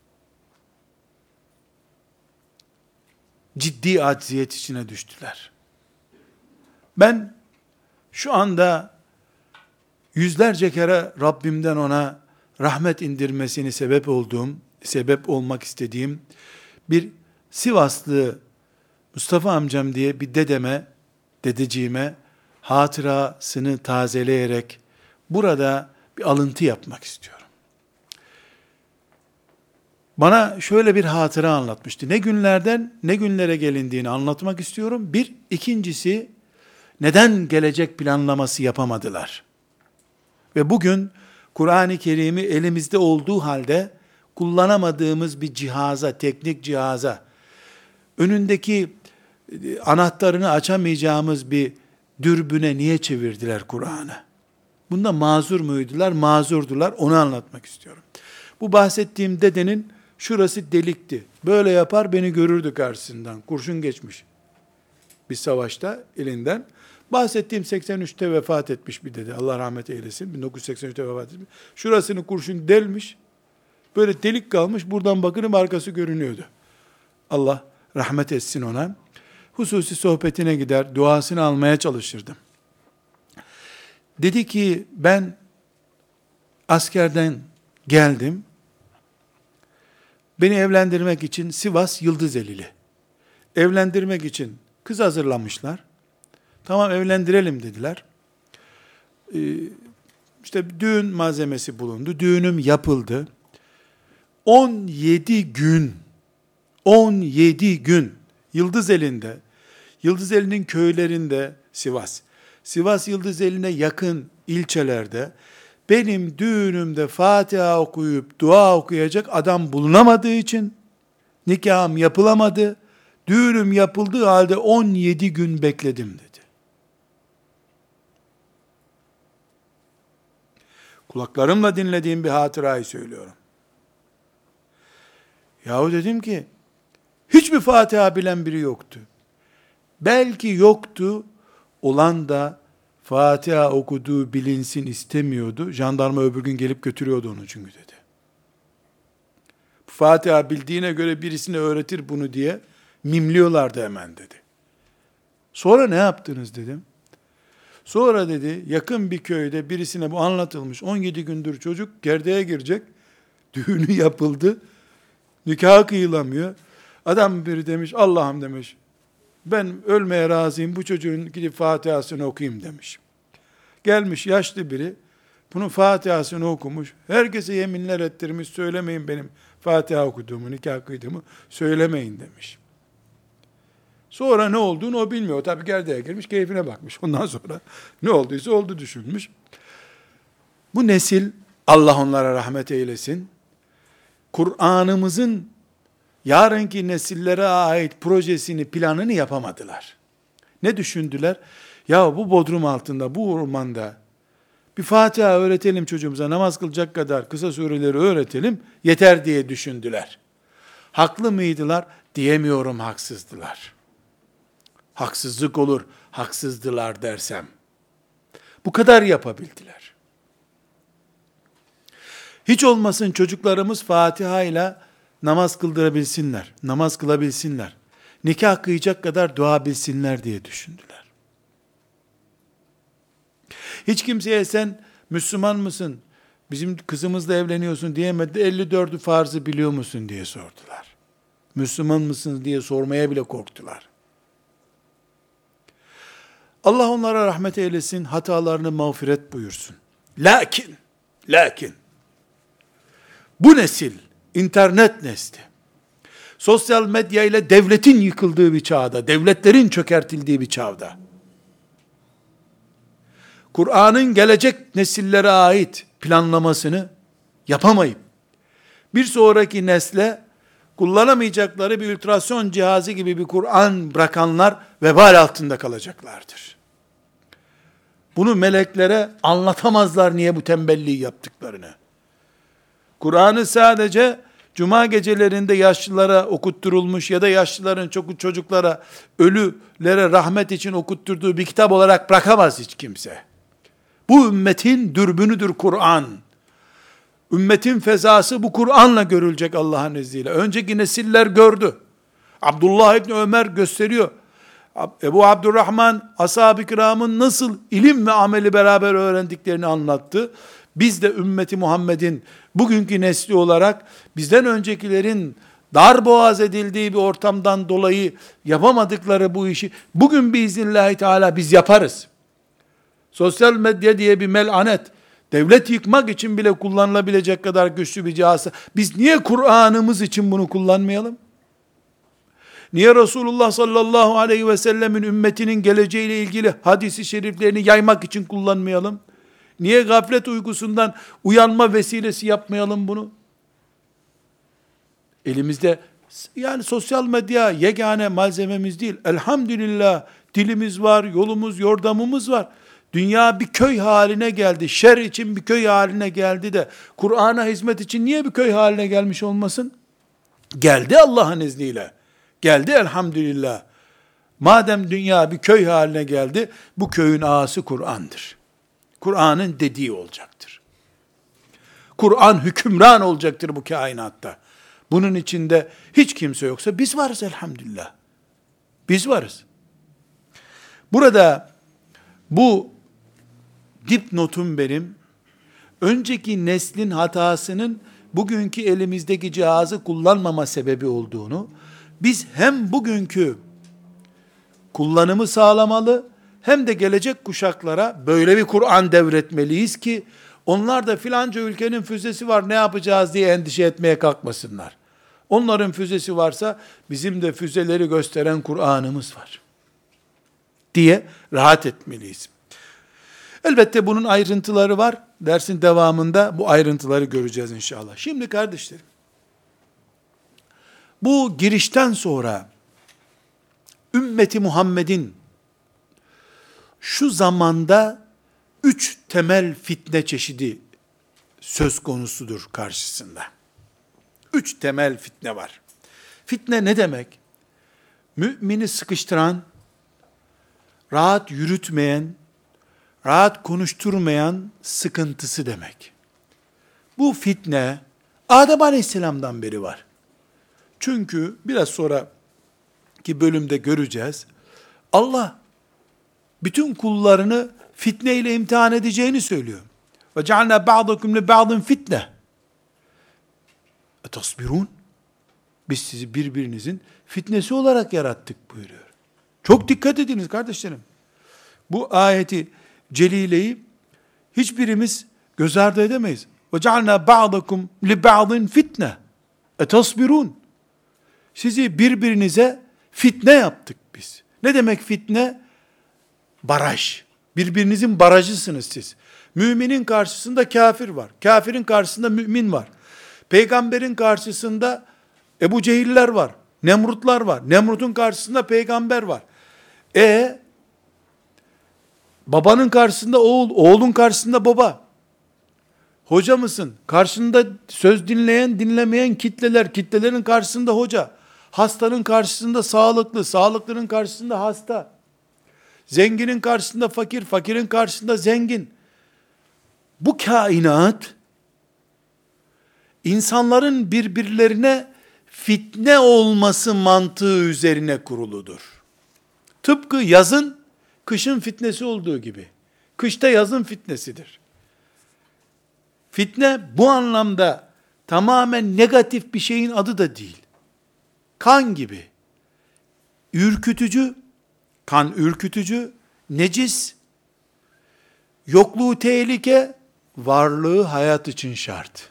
Ciddi acziyet içine düştüler. Ben şu anda yüzlerce kere Rabbimden ona rahmet indirmesini sebep olduğum, sebep olmak istediğim bir Sivaslı Mustafa amcam diye bir dedeme, dedeciğime hatırasını tazeleyerek burada bir alıntı yapmak istiyorum. Bana şöyle bir hatıra anlatmıştı. Ne günlerden ne günlere gelindiğini anlatmak istiyorum. Bir, ikincisi, neden gelecek planlaması yapamadılar? Ve bugün Kur'an-ı Kerim'i elimizde olduğu halde kullanamadığımız bir cihaza, teknik cihaza, önündeki anahtarını açamayacağımız bir dürbüne niye çevirdiler Kur'an'ı? Bunda mazur muydular? Mazurdular. Onu anlatmak istiyorum. Bu bahsettiğim dedenin şurası delikti. Böyle yapar, beni görürdü karşısından. Kurşun geçmiş bir savaşta elinden. Bahsettiğim seksen üçte vefat etmiş bir dede. Allah rahmet eylesin. bin dokuz yüz seksen üçte vefat etmiş. Şurasını kurşun delmiş. Böyle delik kalmış. Buradan bakınım arkası görünüyordu. Allah rahmet etsin ona. Hususi sohbetine gider, duasını almaya çalışırdım. Dedi ki, ben askerden geldim. Beni evlendirmek için Sivas Yıldızelili. Evlendirmek için kız hazırlamışlar. Tamam, evlendirelim dediler. Ee, işte düğün malzemesi bulundu. Düğünüm yapıldı. on yedi gün, on yedi gün Yıldızeli'nde, Yıldızeli'nin köylerinde Sivas, Sivas Yıldızeli'ne yakın ilçelerde benim düğünümde Fatiha okuyup dua okuyacak adam bulunamadığı için nikahım yapılamadı. Düğünüm yapıldığı halde on yedi gün bekledim dedi. Kulaklarımla dinlediğim bir hatırayı söylüyorum. Yahu dedim ki, hiçbir Fatiha bilen biri yoktu. Belki yoktu, olan da Fatiha okuduğu bilinsin istemiyordu. Jandarma öbür gün gelip götürüyordu onu çünkü dedi. Fatiha bildiğine göre birisine öğretir bunu diye mimliyorlardı hemen dedi. Sonra ne yaptınız dedim. Sonra dedi, yakın bir köyde birisine bu anlatılmış. on yedi gündür çocuk gerdeğe girecek. Düğünü yapıldı. Nikah kıyılamıyor. Adam biri demiş, Allah'ım demiş, ben ölmeye razıyım, bu çocuğun gidip Fatiha'sını okuyayım demiş. Gelmiş yaşlı biri, bunun Fatiha'sını okumuş, herkese yeminler ettirmiş, söylemeyin benim Fatiha okuduğumu, nikah kıydığımı, söylemeyin demiş. Sonra ne olduğunu o bilmiyor. Tabi gerdeğe girmiş, keyfine bakmış. Ondan sonra ne olduysa oldu düşünmüş. Bu nesil, Allah onlara rahmet eylesin, Kur'an'ımızın yarınki nesillere ait projesini, planını yapamadılar. Ne düşündüler? Ya bu bodrum altında, bu ormanda bir Fatiha öğretelim çocuğumuza, namaz kılacak kadar kısa sureleri öğretelim, yeter diye düşündüler. Haklı mıydılar? Diyemiyorum, haksızdılar. Haksızlık olur, haksızdılar dersem. Bu kadar yapabildiler. Hiç olmasın çocuklarımız Fatiha ile namaz kıldırabilsinler, namaz kılabilsinler, nikah kıyacak kadar dua bilsinler diye düşündüler. Hiç kimseye sen Müslüman mısın, bizim kızımızla evleniyorsun diyemedi, elli dördü farzı biliyor musun diye sordular. Müslüman mısınız diye sormaya bile korktular. Allah onlara rahmet eylesin, hatalarını mağfiret buyursun. Lakin, lakin, bu nesil, internet nesli, sosyal medya ile devletin yıkıldığı bir çağda, devletlerin çökertildiği bir çağda, Kur'an'ın gelecek nesillere ait planlamasını yapamayıp, bir sonraki nesle kullanamayacakları bir ultrason cihazı gibi bir Kur'an bırakanlar vebal altında kalacaklardır. Bunu meleklere anlatamazlar niye bu tembelliği yaptıklarını. Kur'an'ı sadece Cuma gecelerinde yaşlılara okutturulmuş ya da yaşlıların çok çocuklara, ölülere rahmet için okutturduğu bir kitap olarak bırakamaz hiç kimse. Bu ümmetin dürbünüdür Kur'an. Ümmetin fezası bu Kur'an'la görülecek Allah'ın izniyle. Önceki nesiller gördü. Abdullah İbni Ömer gösteriyor. Ebu Abdurrahman, ashab-ı kiramın nasıl ilim ve ameli beraber öğrendiklerini anlattı. Biz de ümmeti Muhammed'in bugünkü nesli olarak bizden öncekilerin darboğaz edildiği bir ortamdan dolayı yapamadıkları bu işi bugün biiznillahü teala biz yaparız. Sosyal medya diye bir melanet, devlet yıkmak için bile kullanılabilecek kadar güçlü bir cihazsa, biz niye Kur'an'ımız için bunu kullanmayalım? Niye Resulullah sallallahu aleyhi ve sellemin ümmetinin geleceğiyle ilgili hadisi şeriflerini yaymak için kullanmayalım? Niye gaflet uykusundan uyanma vesilesi yapmayalım bunu? Elimizde, yani sosyal medya yegane malzememiz değil. Elhamdülillah dilimiz var, yolumuz, yordamımız var. Dünya bir köy haline geldi. Şer için bir köy haline geldi de Kur'an'a hizmet için niye bir köy haline gelmiş olmasın? Geldi Allah'ın izniyle. Geldi elhamdülillah. Madem dünya bir köy haline geldi, bu köyün ağası Kur'an'dır. Kur'an'ın dediği olacaktır. Kur'an hükümran olacaktır bu kainatta. Bunun içinde hiç kimse yoksa biz varız elhamdülillah. Biz varız. Burada bu dipnotum benim, önceki neslin hatasının bugünkü elimizdeki cihazı kullanmama sebebi olduğunu, biz hem bugünkü kullanımı sağlamalı, hem de gelecek kuşaklara böyle bir Kur'an devretmeliyiz ki, onlar da filanca ülkenin füzesi var ne yapacağız diye endişe etmeye kalkmasınlar. Onların füzesi varsa, bizim de füzeleri gösteren Kur'an'ımız var diye rahat etmeliyiz. Elbette bunun ayrıntıları var. Dersin devamında bu ayrıntıları göreceğiz inşallah. Şimdi kardeşlerim, bu girişten sonra ümmeti Muhammed'in şu zamanda üç temel fitne çeşidi söz konusudur karşısında. Üç temel fitne var. Fitne ne demek? Mümini sıkıştıran, rahat yürütmeyen, rahat konuşturmayan sıkıntısı demek. Bu fitne Adem Aleyhisselam'dan beri var. Çünkü biraz sonraki bölümde göreceğiz. Allah bütün kullarını fitne ile imtihan edeceğini söylüyor. Ve cealna ba'dakum li ba'din fitne. Etasbirun. Biz sizi birbirinizin fitnesi olarak yarattık buyuruyor. Çok dikkat ediniz kardeşlerim. Bu ayeti celileyi hiçbirimiz göz ardı edemeyiz. Ve cealna ba'dakum li ba'din fitne. Etasbirun. Sizi birbirinize fitne yaptık biz. Ne demek fitne? Baraj. Birbirinizin barajısınız siz. Müminin karşısında kafir var. Kafirin karşısında mümin var. Peygamberin karşısında Ebu Cehiller var. Nemrutlar var. Nemrut'un karşısında peygamber var. E babanın karşısında oğul, oğlun karşısında baba. Hoca mısın? Karşında söz dinleyen, dinlemeyen kitleler, kitlelerin karşısında hoca. Hastanın karşısında sağlıklı, sağlıklının karşısında hasta. Zenginin karşısında fakir, fakirin karşısında zengin. Bu kainat, insanların birbirlerine fitne olması mantığı üzerine kuruludur. Tıpkı yazın, kışın fitnesi olduğu gibi. Kışta yazın fitnesidir. Fitne bu anlamda tamamen negatif bir şeyin adı da değil. Kan gibi. Ürkütücü, kan ürkütücü, necis, yokluğu tehlike, varlığı hayat için şart.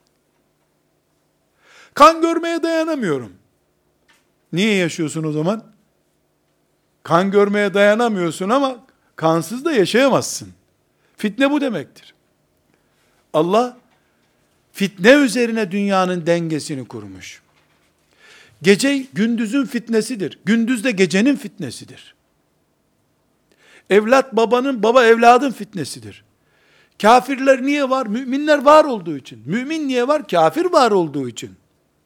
Kan görmeye dayanamıyorum. Niye yaşıyorsun o zaman? Kan görmeye dayanamıyorsun ama kansız da yaşayamazsın. Fitne bu demektir. Allah fitne üzerine dünyanın dengesini kurmuş. Gece gündüzün fitnesidir. Gündüz de gecenin fitnesidir. Evlat babanın, baba evladın fitnesidir. Kafirler niye var? Müminler var olduğu için. Mümin niye var? Kafir var olduğu için.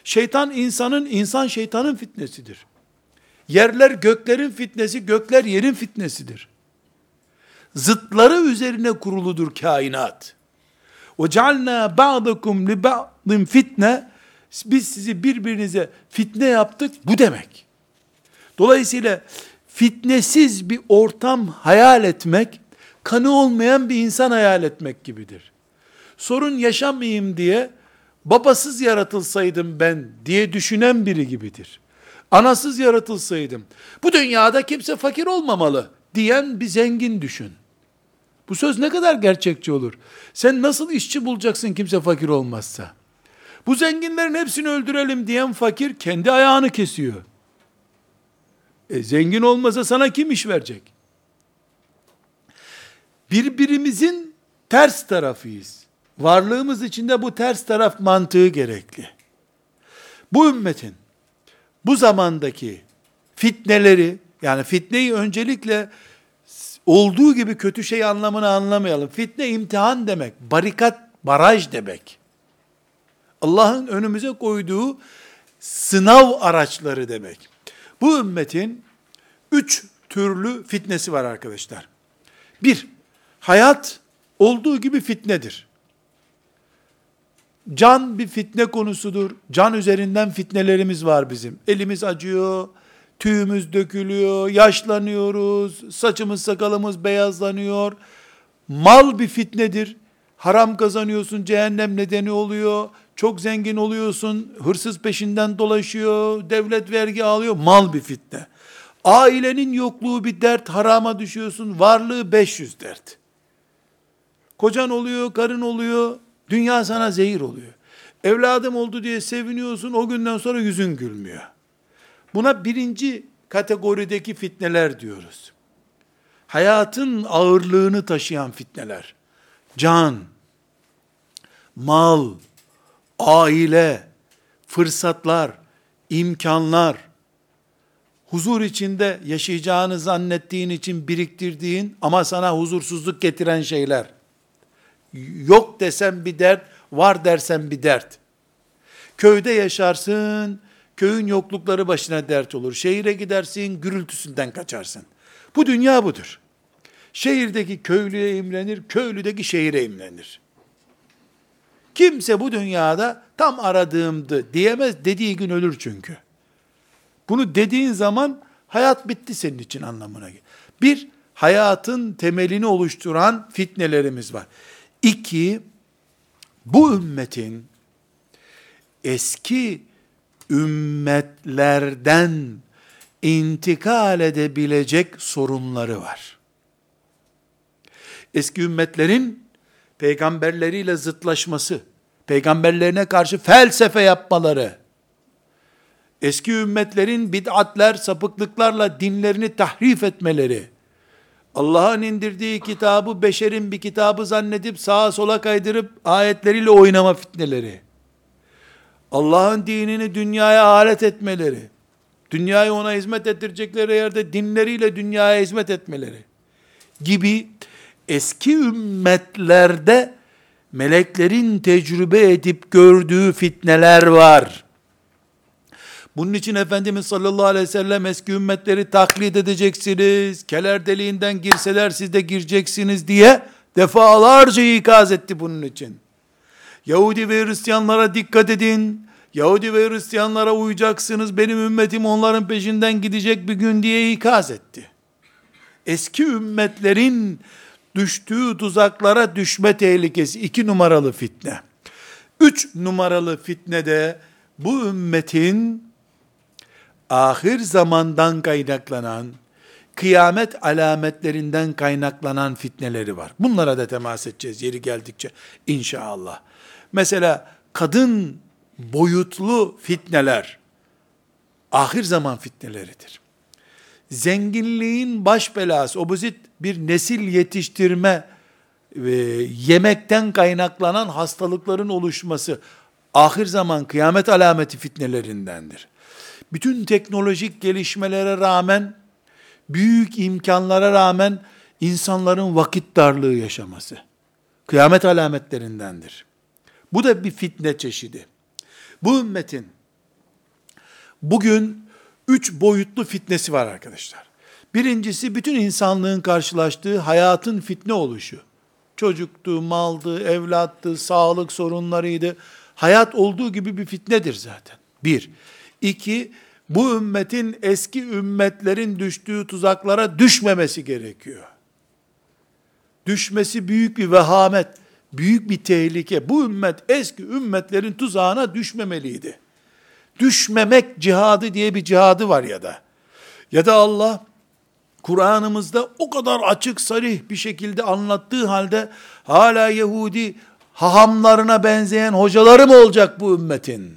Şeytan insanın, insan şeytanın fitnesidir. Yerler göklerin fitnesi, gökler yerin fitnesidir. Zıtları üzerine kuruludur kainat. وَجَعَلْنَا بَعْضَكُمْ لِبَعْضٍ fitne. Biz sizi birbirinize fitne yaptık. Bu demek. Dolayısıyla fitnesiz bir ortam hayal etmek, kanı olmayan bir insan hayal etmek gibidir. Sorun yaşamayayım diye, babasız yaratılsaydım ben diye düşünen biri gibidir. Anasız yaratılsaydım, bu dünyada kimse fakir olmamalı diyen bir zengin düşün. Bu söz ne kadar gerçekçi olur. Sen nasıl işçi bulacaksın kimse fakir olmazsa? Bu zenginlerin hepsini öldürelim diyen fakir kendi ayağını kesiyor. E, zengin olmasa sana kim iş verecek? Birbirimizin ters tarafıyız. Varlığımız içinde bu ters taraf mantığı gerekli. Bu ümmetin bu zamandaki fitneleri, yani fitneyi öncelikle olduğu gibi kötü şey anlamını anlamayalım. Fitne imtihan demek, barikat, baraj demek. Allah'ın önümüze koyduğu sınav araçları demek. Bu ümmetin üç türlü fitnesi var arkadaşlar. Bir, hayat olduğu gibi fitnedir. Can bir fitne konusudur. Can üzerinden fitnelerimiz var bizim. Elimiz acıyor, tüyümüz dökülüyor, yaşlanıyoruz, saçımız sakalımız beyazlanıyor. Mal bir fitnedir. Haram kazanıyorsun, cehennem nedeni oluyor. Çok zengin oluyorsun, hırsız peşinden dolaşıyor, devlet vergi alıyor. Mal bir fitne. Ailenin yokluğu bir dert, harama düşüyorsun, varlığı beş yüz dert. Kocan oluyor, karın oluyor, dünya sana zehir oluyor. Evladım oldu diye seviniyorsun, o günden sonra yüzün gülmüyor. Buna birinci kategorideki fitneler diyoruz. Hayatın ağırlığını taşıyan fitneler. Can, mal, aile, fırsatlar, imkanlar, huzur içinde yaşayacağını zannettiğin için biriktirdiğin ama sana huzursuzluk getiren şeyler. Yok desem bir dert, var dersen bir dert. Köyde yaşarsın, köyün yoklukları başına dert olur. Şehire gidersin, gürültüsünden kaçarsın. Bu dünya budur. Şehirdeki köylüye imrenir, köylüdeki şehire imrenir. Kimse bu dünyada tam aradığımdı diyemez, dediği gün ölür çünkü. Bunu dediğin zaman hayat bitti senin için anlamına gelir. Bir, hayatın temelini oluşturan fitnelerimiz var. İki, bu ümmetin eski ümmetlerden intikal edebilecek sorunları var. Eski ümmetlerin peygamberleriyle zıtlaşması, peygamberlerine karşı felsefe yapmaları, eski ümmetlerin bid'atler, sapıklıklarla dinlerini tahrif etmeleri, Allah'ın indirdiği kitabı beşerin bir kitabı zannedip sağa sola kaydırıp ayetleriyle oynama fitneleri, Allah'ın dinini dünyaya alet etmeleri, dünyayı ona hizmet ettirecekleri yerde dinleriyle dünyaya hizmet etmeleri gibi eski ümmetlerde meleklerin tecrübe edip gördüğü fitneler var. Bunun için Efendimiz sallallahu aleyhi ve sellem eski ümmetleri taklit edeceksiniz, keler deliğinden girseler siz de gireceksiniz diye defalarca ikaz etti bunun için. Yahudi ve Hristiyanlara dikkat edin, Yahudi ve Hristiyanlara uyacaksınız, benim ümmetim onların peşinden gidecek bir gün diye ikaz etti. Eski ümmetlerin düştüğü tuzaklara düşme tehlikesi iki numaralı fitne. Üç numaralı fitne de bu ümmetin ahir zamandan kaynaklanan, kıyamet alametlerinden kaynaklanan fitneleri var. Bunlara da temas edeceğiz yeri geldikçe inşallah. Mesela kadın boyutlu fitneler, ahir zaman fitneleridir. Zenginliğin baş belası, obezit bir nesil yetiştirme, e, yemekten kaynaklanan hastalıkların oluşması, ahir zaman kıyamet alameti fitnelerindendir. Bütün teknolojik gelişmelere rağmen, büyük imkanlara rağmen, insanların vakit darlığı yaşaması, kıyamet alametlerindendir. Bu da bir fitne çeşidi. Bu ümmetin Bugün üç boyutlu fitnesi var arkadaşlar. Birincisi bütün insanlığın karşılaştığı hayatın fitne oluşu. Çocuktu, maldı, evlattı, sağlık sorunlarıydı. Hayat olduğu gibi bir fitnedir zaten. Bir. İki, bu ümmetin eski ümmetlerin düştüğü tuzaklara düşmemesi gerekiyor. Düşmesi büyük bir vehamet, büyük bir tehlike. Bu ümmet eski ümmetlerin tuzağına düşmemeliydi. Düşmemek cihadı diye bir cihadı var ya da. Ya da Allah Kur'an'ımızda o kadar açık sarih bir şekilde anlattığı halde hala Yahudi hahamlarına benzeyen hocaları mı olacak bu ümmetin?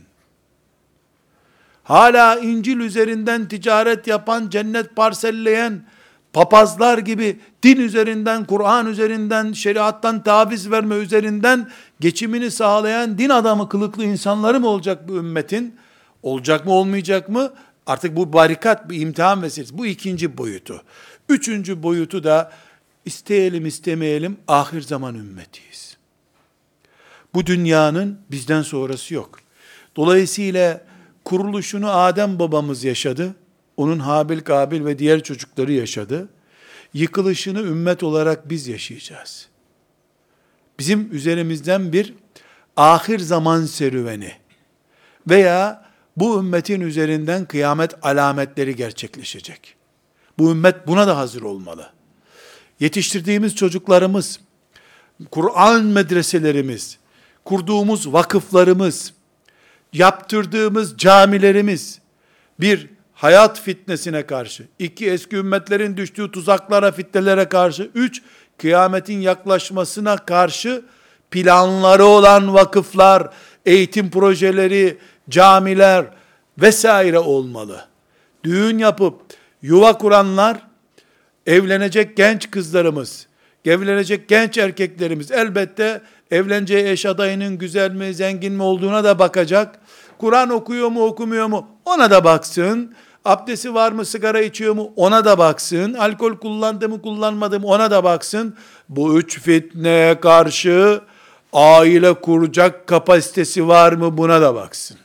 Hala İncil üzerinden ticaret yapan, cennet parselleyen papazlar gibi din üzerinden, Kur'an üzerinden, şeriattan taviz verme üzerinden geçimini sağlayan din adamı kılıklı insanları mı olacak bu ümmetin? Olacak mı olmayacak mı? Artık bu barikat, bir imtihan vesilesi. Bu ikinci boyutu. Üçüncü boyutu da isteyelim istemeyelim ahir zaman ümmetiyiz. Bu dünyanın bizden sonrası yok. Dolayısıyla kuruluşunu Adem babamız yaşadı. Onun Habil, Kabil ve diğer çocukları yaşadı. Yıkılışını ümmet olarak biz yaşayacağız. Bizim üzerimizden bir ahir zaman serüveni veya bu ümmetin üzerinden kıyamet alametleri gerçekleşecek. Bu ümmet buna da hazır olmalı. Yetiştirdiğimiz çocuklarımız, Kur'an medreselerimiz, kurduğumuz vakıflarımız, yaptırdığımız camilerimiz, bir, hayat fitnesine karşı, iki, eski ümmetlerin düştüğü tuzaklara, fitnelere karşı, üç, kıyametin yaklaşmasına karşı planları olan vakıflar, eğitim projeleri, camiler vesaire olmalı. Düğün yapıp yuva kuranlar, evlenecek genç kızlarımız, evlenecek genç erkeklerimiz elbette evleneceği eş adayının güzel mi, zengin mi olduğuna da bakacak. Kur'an okuyor mu, okumuyor mu? Ona da baksın. Abdesti var mı, sigara içiyor mu? Ona da baksın. Alkol kullandı mı, kullanmadı mı? Ona da baksın. Bu üç fitneye karşı aile kuracak kapasitesi var mı? Buna da baksın.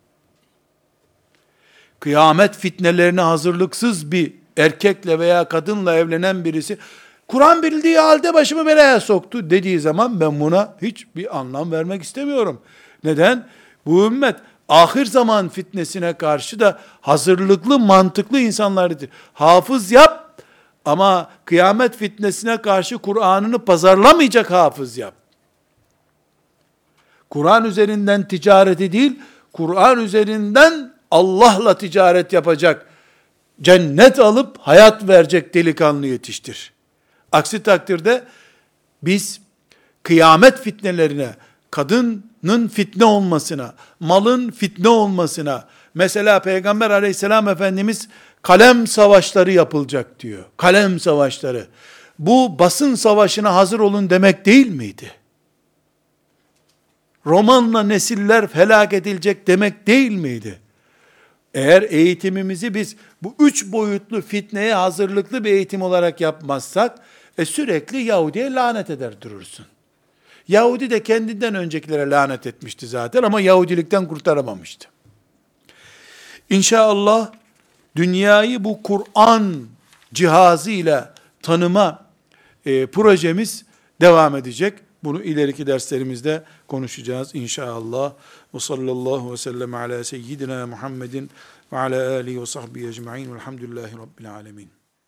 Kıyamet fitnelerine hazırlıksız bir erkekle veya kadınla evlenen birisi, Kur'an bildiği halde başımı belaya soktu dediği zaman ben buna hiçbir anlam vermek istemiyorum. Neden? Bu ümmet ahir zaman fitnesine karşı da hazırlıklı, mantıklı insanlardır. Hafız yap ama kıyamet fitnesine karşı Kur'an'ını pazarlamayacak hafız yap. Kur'an üzerinden ticareti değil, Kur'an üzerinden Allah'la ticaret yapacak, cennet alıp hayat verecek delikanlı yetiştir. Aksi takdirde biz kıyamet fitnelerine, kadının fitne olmasına, malın fitne olmasına, mesela Peygamber aleyhisselam Efendimiz kalem savaşları yapılacak diyor. Kalem savaşları. Bu basın savaşına hazır olun demek değil miydi? Romanla nesiller helak edilecek demek değil miydi? Eğer eğitimimizi biz bu üç boyutlu fitneye hazırlıklı bir eğitim olarak yapmazsak, e sürekli Yahudi'ye lanet eder durursun. Yahudi de kendinden öncekilere lanet etmişti zaten ama Yahudilikten kurtaramamıştı. İnşallah dünyayı bu Kur'an cihazıyla tanıma e, projemiz devam edecek. Bunu ileriki derslerimizde konuşacağız inşallah. Ve sallallahu ve sellem ala seyyidina Muhammedin ve ala alihi ve sahbihi ecma'in velhamdülillahi rabbil alemin.